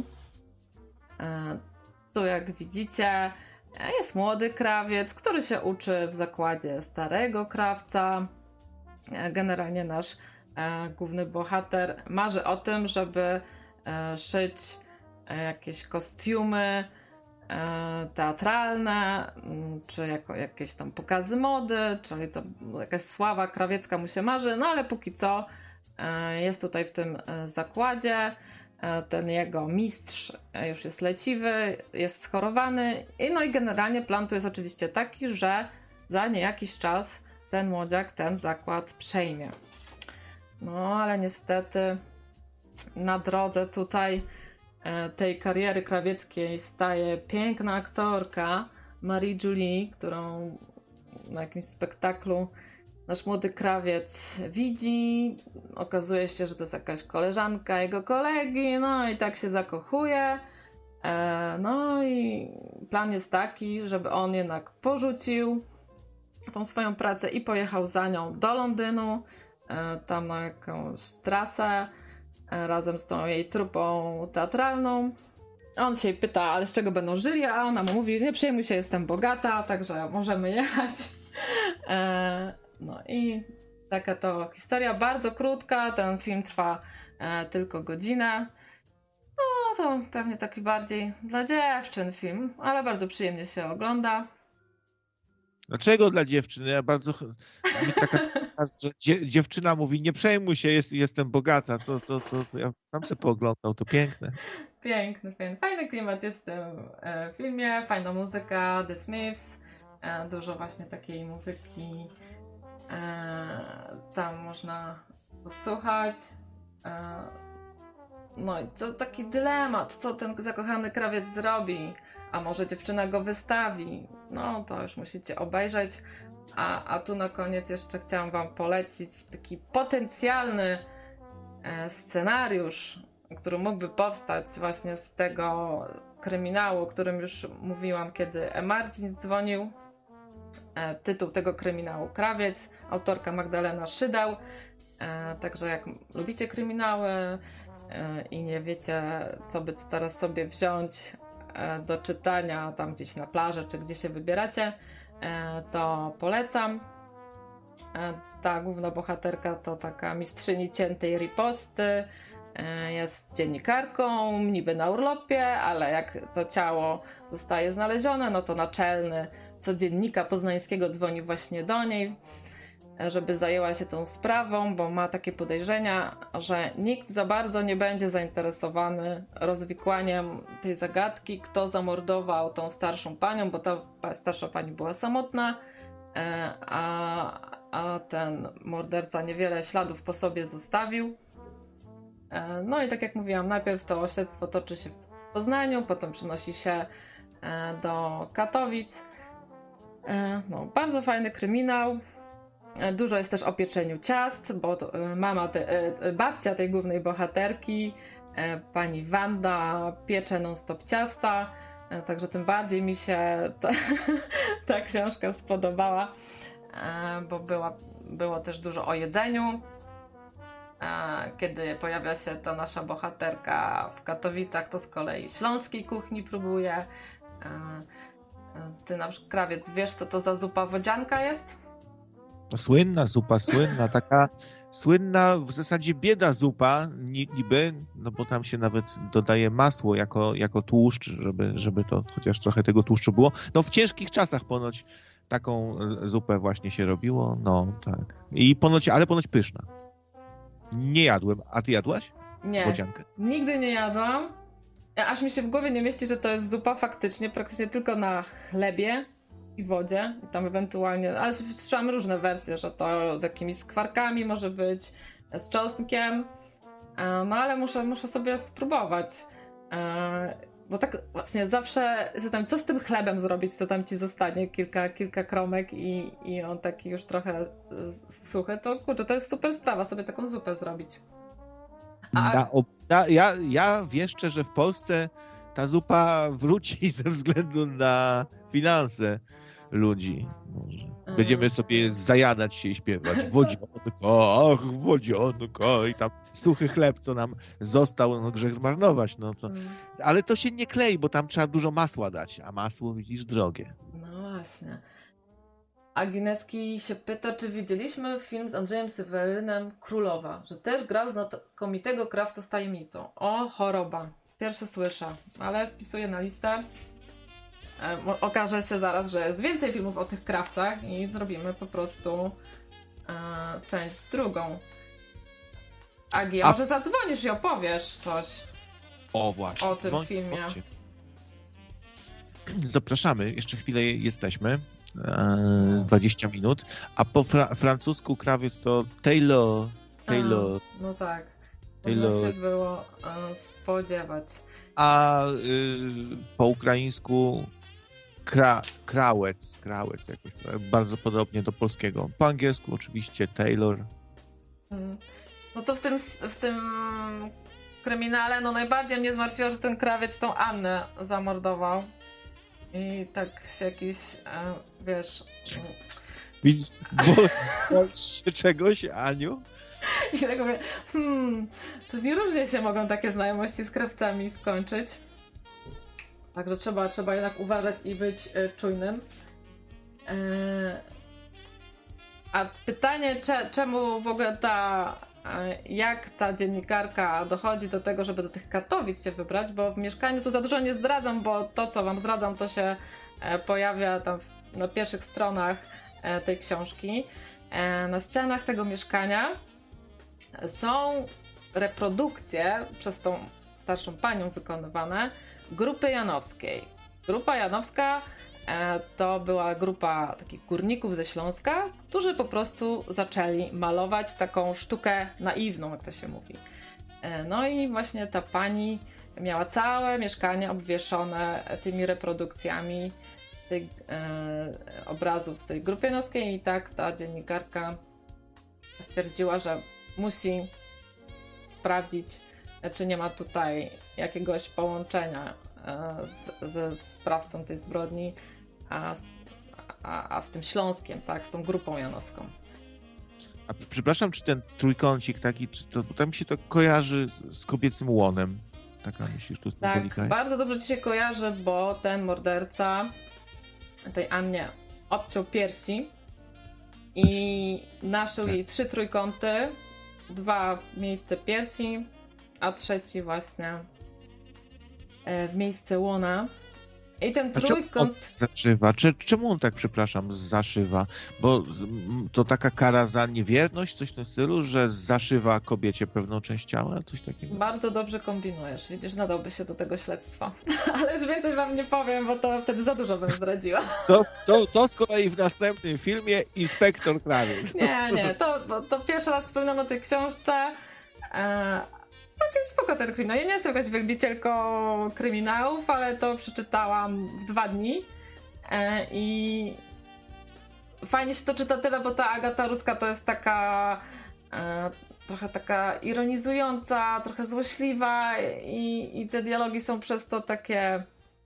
Tu jak widzicie jest młody krawiec, który się uczy w zakładzie starego krawca. Generalnie nasz główny bohater marzy o tym, żeby szyć jakieś kostiumy teatralne, czy jakieś tam pokazy mody, czyli to jakaś sława krawiecka mu się marzy, no ale póki co jest tutaj w tym zakładzie. Ten jego mistrz już jest leciwy, jest schorowany, no i generalnie plan tu jest oczywiście taki, że za niejakiś czas ten młodziak ten zakład przejmie. No ale niestety na drodze tutaj tej kariery krawieckiej staje piękna aktorka Marie-Julie, którą na jakimś spektaklu nasz młody krawiec widzi. Okazuje się, że to jest jakaś koleżanka jego kolegi, no i tak się zakochuje. No i plan jest taki, żeby on jednak porzucił tą swoją pracę i pojechał za nią do Londynu, tam na jakąś trasę, razem z tą jej trupą teatralną. On się jej pyta, ale z czego będą żyli, a ona mu mówi, nie przejmuj się, jestem bogata, także możemy jechać. No i taka to historia, bardzo krótka, ten film trwa tylko godzinę. No to pewnie taki bardziej dla dziewczyn film, ale bardzo przyjemnie się ogląda. Dlaczego dla dziewczyny? Ja bardzo... Mi taka że dziewczyna mówi, nie przejmuj się, jestem bogata, to ja sam sobie pooglądał, to piękne. Piękny. Fajny klimat jest w tym filmie, fajna muzyka, The Smiths, dużo właśnie takiej muzyki tam można posłuchać. No i to taki dylemat, co ten zakochany krawiec zrobi, a może dziewczyna go wystawi. No to już musicie obejrzeć. A tu na koniec jeszcze chciałam wam polecić taki potencjalny scenariusz, który mógłby powstać właśnie z tego kryminału, o którym już mówiłam, kiedy Marcin dzwonił. Tytuł tego kryminału Krawiec, autorka Magdalena Szydał. Także jak lubicie kryminały i nie wiecie, co by tu teraz sobie wziąć do czytania tam gdzieś na plaży, czy gdzie się wybieracie, to polecam. Ta główna bohaterka to taka mistrzyni ciętej riposty, jest dziennikarką, niby na urlopie, ale jak to ciało zostaje znalezione, no to naczelny codziennika poznańskiego dzwoni właśnie do niej, żeby zajęła się tą sprawą, bo ma takie podejrzenia, że nikt za bardzo nie będzie zainteresowany rozwikłaniem tej zagadki, kto zamordował tą starszą panią, bo ta starsza pani była samotna, a ten morderca niewiele śladów po sobie zostawił. No i tak jak mówiłam, najpierw to śledztwo toczy się w Poznaniu, potem przenosi się do Katowic. No, bardzo fajny kryminał. Dużo jest też o pieczeniu ciast, bo babcia tej głównej bohaterki, pani Wanda, piecze non-stop ciasta, także tym bardziej mi się ta książka spodobała, bo było też dużo o jedzeniu. Kiedy pojawia się ta nasza bohaterka w Katowicach, to z kolei śląskiej kuchni próbuje. Ty na przykład, krawiec, wiesz co to za zupa wodzianka jest? No, słynna zupa, taka słynna w zasadzie bieda zupa niby, no bo tam się nawet dodaje masło jako tłuszcz, żeby to chociaż trochę tego tłuszczu było. No w ciężkich czasach ponoć taką zupę właśnie się robiło, no tak. Ale ponoć pyszna. Nie jadłem, a ty jadłaś? Nie, wodziankę? Nigdy nie jadłam. Aż mi się w głowie nie mieści, że to jest zupa faktycznie, praktycznie tylko na chlebie i wodzie. I tam ewentualnie, ale słyszałam różne wersje, że to z jakimiś skwarkami może być, z czosnkiem. No ale muszę sobie spróbować. Bo tak właśnie zawsze tam, co z tym chlebem zrobić, to tam ci zostanie kilka kromek i on taki już trochę suchy, to kurczę, to jest super sprawa, sobie taką zupę zrobić. Ja wieszczę, że w Polsce ta zupa wróci ze względu na finanse, ludzi. Może. Będziemy sobie zajadać się i śpiewać wodzionko, ach, wodzionko i tam suchy chleb, co nam został, no grzech zmarnować. No to... Ale to się nie klei, bo tam trzeba dużo masła dać, a masło, widzisz, drogie. No właśnie. A Gineski się pyta, czy widzieliśmy film z Andrzejem Sewerynem Królowa, że też grał znakomitego krawca z tajemnicą. O, choroba. Pierwsze słyszę, ale wpisuję na listę. Okaże się zaraz, że jest więcej filmów o tych krawcach i zrobimy po prostu część drugą. Agi, a może zadzwonisz i opowiesz coś właśnie. O tym filmie. Zapraszamy, jeszcze chwilę jesteśmy. Z 20 minut, a po francusku krawiec to Taylor. No tak, Taylor. Można się było spodziewać. A po ukraińsku krawec jakoś, bardzo podobnie do polskiego. Po angielsku oczywiście Taylor. No to w tym kryminale najbardziej mnie zmartwiło, że ten krawiec tą Annę zamordował. I tak się jakiś, wiesz... Widzisz, boisz się czegoś, Aniu? I tak mówię, czyli różnie się mogą takie znajomości z krawcami skończyć. Także trzeba jednak uważać i być czujnym. A pytanie, czemu w ogóle jak ta dziennikarka dochodzi do tego, żeby do tych Katowic się wybrać, bo w mieszkaniu tu za dużo nie zdradzam, bo to, co wam zdradzam, to się pojawia tam na pierwszych stronach tej książki. Na ścianach tego mieszkania są reprodukcje przez tą starszą panią wykonywane Grupy Janowskiej. Grupa Janowska to była grupa takich górników ze Śląska, którzy po prostu zaczęli malować taką sztukę naiwną, jak to się mówi. No i właśnie ta pani miała całe mieszkanie obwieszone tymi reprodukcjami tych obrazów tej Grupy Janowskiej i tak ta dziennikarka stwierdziła, że musi sprawdzić, czy nie ma tutaj jakiegoś połączenia ze sprawcą tej zbrodni, a z tym Śląskiem, tak, z tą Grupą Janowską. A przepraszam, czy ten trójkącik taki, czy to tam się to kojarzy z kobiecym łonem? Taka myślisz, to symbolika? Tak, bardzo dobrze ci się kojarzy, bo ten morderca tej Annie obciął piersi i naszył jej 3 trójkąty, 2 w miejsce piersi, a 3 właśnie w miejsce łona. I ten trójkąt... Czemu on zaszywa? Czemu on tak, przepraszam, zaszywa? Bo to taka kara za niewierność, coś w tym stylu, że zaszywa kobiecie pewną część ciała? Coś takiego? Bardzo dobrze kombinujesz. Widzisz, nadałby się do tego śledztwa. Ale już więcej wam nie powiem, bo to wtedy za dużo bym zdradziła. To z kolei w następnym filmie Inspektor Krawiec. Nie. To pierwszy raz wspominam o tej książce. Całkiem spoko ten kryminał. Ja nie jestem jakaś wielbicielką kryminałów, ale to przeczytałam w 2 dni i fajnie się to czyta tyle, bo ta Agata Rudzka to jest taka trochę taka ironizująca, trochę złośliwa i te dialogi są przez to takie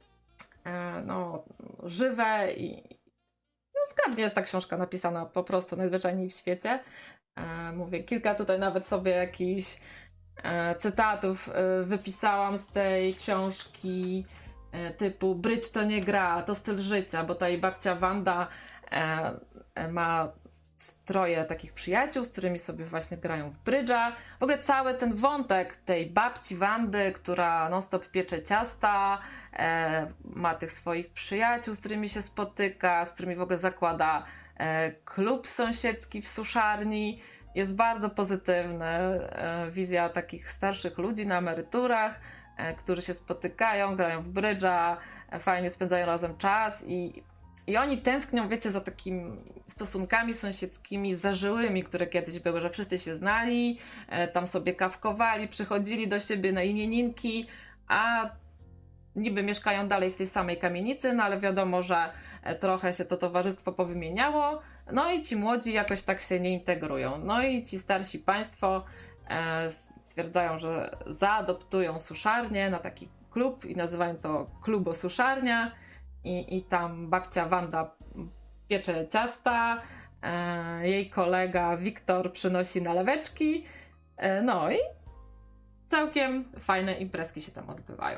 żywe i zgrabnie jest ta książka napisana po prostu najzwyczajniej w świecie. Mówię, kilka tutaj nawet sobie jakichś cytatów wypisałam z tej książki typu brydż to nie gra, to styl życia, bo ta jej babcia Wanda ma 3 takich przyjaciół, z którymi sobie właśnie grają w brydża. W ogóle cały ten wątek tej babci Wandy, która non-stop piecze ciasta, ma tych swoich przyjaciół, z którymi się spotyka, z którymi w ogóle zakłada klub sąsiedzki w suszarni. Jest bardzo pozytywny. Wizja takich starszych ludzi na emeryturach, którzy się spotykają, grają w brydża, fajnie spędzają razem czas i oni tęsknią, wiecie, za takimi stosunkami sąsiedzkimi zażyłymi, które kiedyś były, że wszyscy się znali, tam sobie kawkowali, przychodzili do siebie na imieninki, a niby mieszkają dalej w tej samej kamienicy, no ale wiadomo, że trochę się to towarzystwo powymieniało, no i ci młodzi jakoś tak się nie integrują. No i ci starsi państwo stwierdzają, że zaadoptują suszarnię na taki klub i nazywają to klubo-suszarnia i tam babcia Wanda piecze ciasta, jej kolega Wiktor przynosi naleweczki, no i całkiem fajne imprezki się tam odbywają.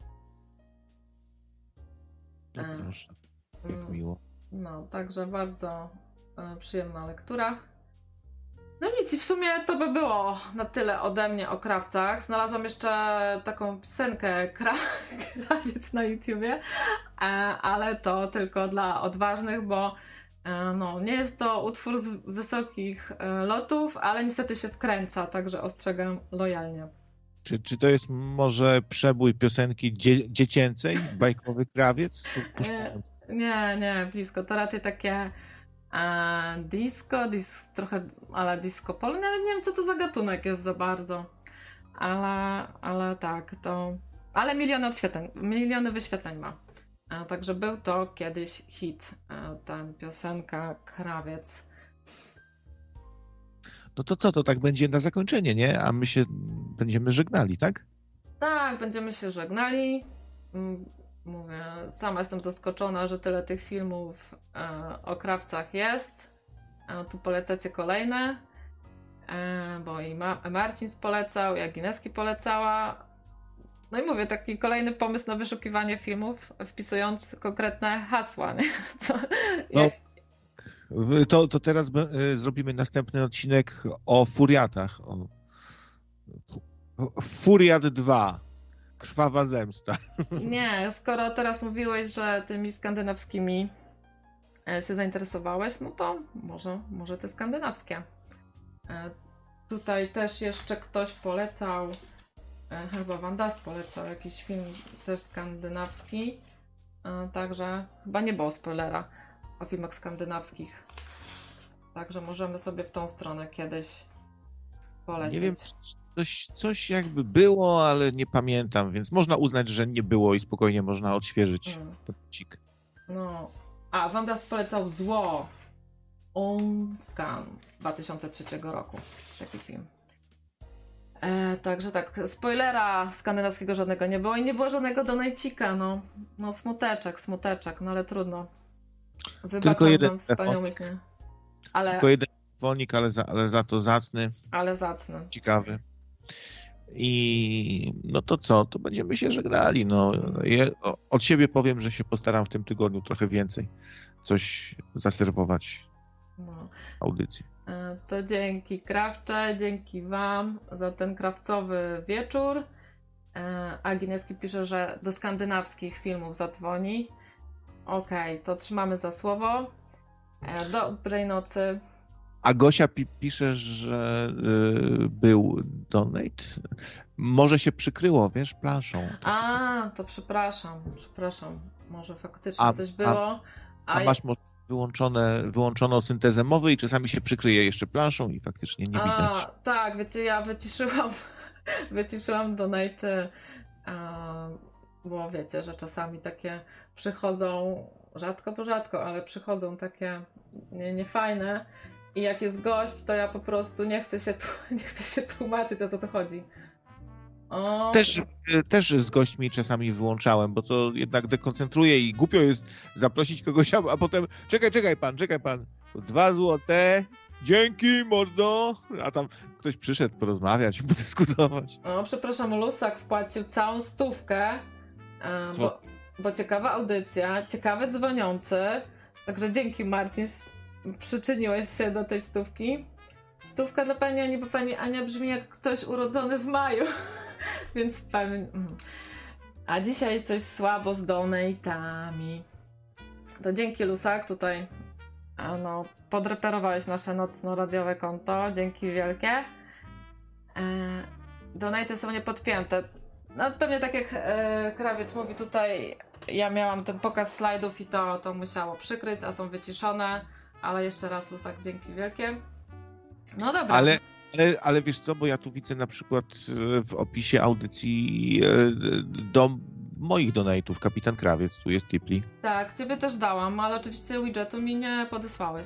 No proszę, jak miło. No, także bardzo przyjemna lektura. No nic, i w sumie to by było na tyle ode mnie o krawcach. Znalazłam jeszcze taką piosenkę Krawiec na YouTubie, ale to tylko dla odważnych, bo no, nie jest to utwór z wysokich lotów, ale niestety się wkręca, także ostrzegam lojalnie. Czy to jest może przebój piosenki dziecięcej, bajkowy krawiec? Nie, blisko. To raczej takie disco, trochę ale disco polo. Nawet nie wiem, co to za gatunek jest za bardzo. Ale tak, to... Ale miliony wyświetleń ma. Także był to kiedyś hit, ta piosenka Krawiec. No to co, to tak będzie na zakończenie, nie? A my się będziemy żegnali, tak? Tak, będziemy się żegnali. Mówię, sama jestem zaskoczona, że tyle tych filmów o krawcach jest. Tu polecacie kolejne, bo i Marcin polecał, i Agineski polecała. No i mówię, taki kolejny pomysł na wyszukiwanie filmów, wpisując konkretne hasła. Nie? To teraz zrobimy następny odcinek o furiatach. Furiat 2. Krwawa zemsta. Nie, skoro teraz mówiłeś, że tymi skandynawskimi się zainteresowałeś, no to może te skandynawskie. Tutaj też jeszcze ktoś polecał, chyba Van Dust polecał jakiś film też skandynawski, także chyba nie było spoilera o filmach skandynawskich. Także możemy sobie w tą stronę kiedyś polecieć. Nie wiem, coś jakby było, ale nie pamiętam, więc można uznać, że nie było i spokojnie można odświeżyć podcik. No, a Van Dust polecał Zło. On Scan z 2003 roku. Taki film. Także tak, spoilera skandynawskiego żadnego nie było i nie było żadnego donajcika, no smuteczek, no ale trudno. Wybaczam wam wspaniałomyślnie. Tylko jeden telefonik, ale za to zacny. Ale zacny. Ciekawy. I no to co? To będziemy się żegnali. No, ja od siebie powiem, że się postaram w tym tygodniu trochę więcej coś zaserwować audycji. To dzięki Krawcze, dzięki wam za ten krawcowy wieczór. Agineski pisze, że do skandynawskich filmów zadzwoni. Okej, to trzymamy za słowo. Dobrej nocy. A Gosia pisze, że był donate. Może się przykryło, wiesz, planszą. To przepraszam. Może faktycznie coś było. A masz może wyłączoną syntezę mowy i czasami się przykryje jeszcze planszą i faktycznie nie widać. Tak, wiecie, ja wyciszyłam donate, bo wiecie, że czasami takie przychodzą, rzadko, ale przychodzą takie niefajne. I jak jest gość, to ja po prostu nie chcę się tłumaczyć, o co to chodzi. Też z gośćmi czasami wyłączałem, bo to jednak dekoncentruje i głupio jest zaprosić kogoś, a potem czekaj pan, 2 złote, dzięki mordo, a tam ktoś przyszedł porozmawiać, podyskutować. Przepraszam, Lusak wpłacił całą 100, bo ciekawa audycja, ciekawy dzwoniący, także dzięki Marcin, przyczyniłeś się do tej 100. 100 dla pani Ani, bo pani Ania brzmi jak ktoś urodzony w maju. Więc pewnie... A dzisiaj coś słabo z donate'ami. To dzięki Lusak, tutaj podreperowałeś nasze nocno-radiowe konto. Dzięki wielkie. Donate'y są niepodpięte. No pewnie tak jak Krawiec mówi tutaj, ja miałam ten pokaz slajdów i to musiało przykryć, a są wyciszone. Ale jeszcze raz Lusak, dzięki wielkie. No dobra. Ale wiesz co, bo ja tu widzę na przykład w opisie audycji do moich donate'ów, Kapitan Krawiec, tu jest Tipli. Tak, ciebie też dałam, ale oczywiście widgetu mi nie podesłałeś.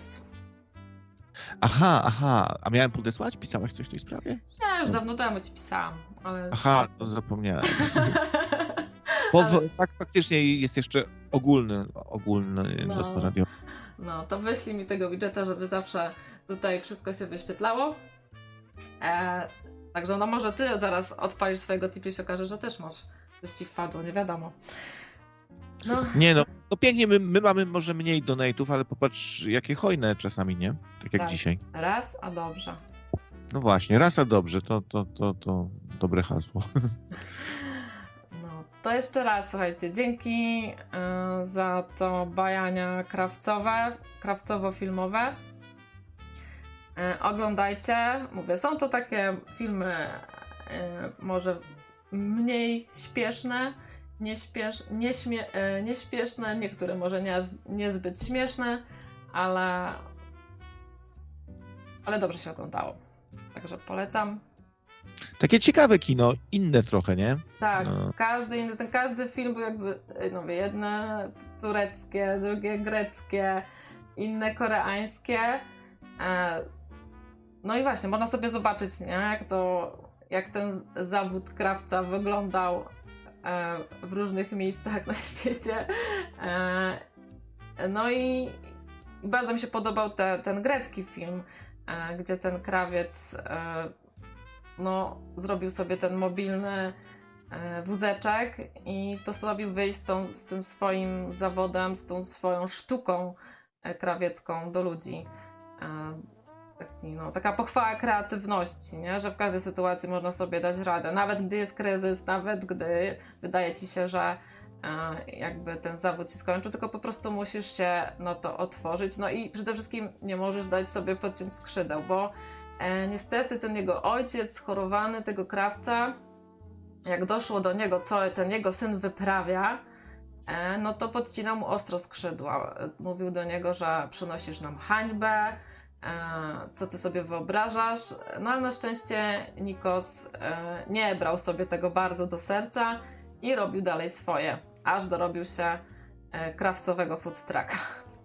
Aha, a miałem podesłać? Pisałaś coś w tej sprawie? Ja już dawno temu ci pisałam, ale... No zapomniałem. Tak, faktycznie jest jeszcze ogólny dostęp radio. No, to wyślij mi tego widgeta, żeby zawsze tutaj wszystko się wyświetlało. Także no może ty zaraz odpalisz swojego tipa i się okaże, że też masz. Coś ci wpadło, nie wiadomo. No. Nie no pięknie, my mamy może mniej donate'ów, ale popatrz jakie hojne czasami, nie? Tak jak dzisiaj. Raz, a dobrze. No właśnie, raz a dobrze, to dobre hasło. No, to jeszcze raz, słuchajcie, dzięki za to bajania krawcowo-filmowe. Oglądajcie, mówię, są to takie filmy może mniej śpieszne, nieśpieszne, niektóre może niezbyt śmieszne, ale dobrze się oglądało. Także polecam. Takie ciekawe kino, inne trochę, nie? Tak, no. Każdy film był jakby, no wie, jedne tureckie, drugie greckie, inne koreańskie. No i właśnie, można sobie zobaczyć, nie? Jak ten zawód krawca wyglądał w różnych miejscach na świecie. No i bardzo mi się podobał ten grecki film, gdzie ten krawiec zrobił sobie ten mobilny wózeczek i postanowił wyjść z tym swoim zawodem, z tą swoją sztuką krawiecką do ludzi. Taka pochwała kreatywności, nie? Że w każdej sytuacji można sobie dać radę, nawet gdy jest kryzys, nawet gdy wydaje ci się, że jakby ten zawód się skończył, tylko po prostu musisz się na to otworzyć. No i przede wszystkim nie możesz dać sobie podciąć skrzydeł, bo niestety ten jego ojciec schorowany, tego krawca, jak doszło do niego, co ten jego syn wyprawia, no to podcinał mu ostro skrzydła. Mówił do niego, że przynosisz nam hańbę, co ty sobie wyobrażasz. No ale na szczęście Nikos nie brał sobie tego bardzo do serca i robił dalej swoje, aż dorobił się krawcowego food trucka.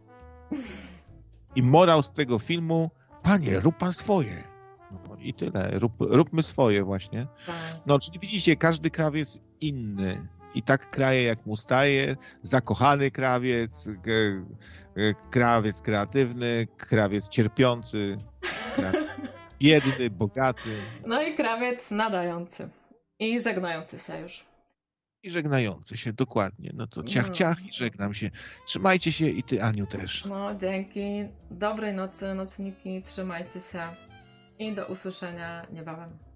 I morał z tego filmu: panie, rób pan swoje. No i tyle, róbmy swoje właśnie. Tak. No czyli widzicie, każdy krawiec inny. I tak kraje jak mu staje, zakochany krawiec, krawiec kreatywny, krawiec cierpiący, biedny, bogaty. No i krawiec nadający i żegnający się już. I żegnający się, dokładnie. No to ciach i żegnam się. Trzymajcie się i ty, Aniu, też. No dzięki, dobrej nocy, nocniki, trzymajcie się i do usłyszenia niebawem.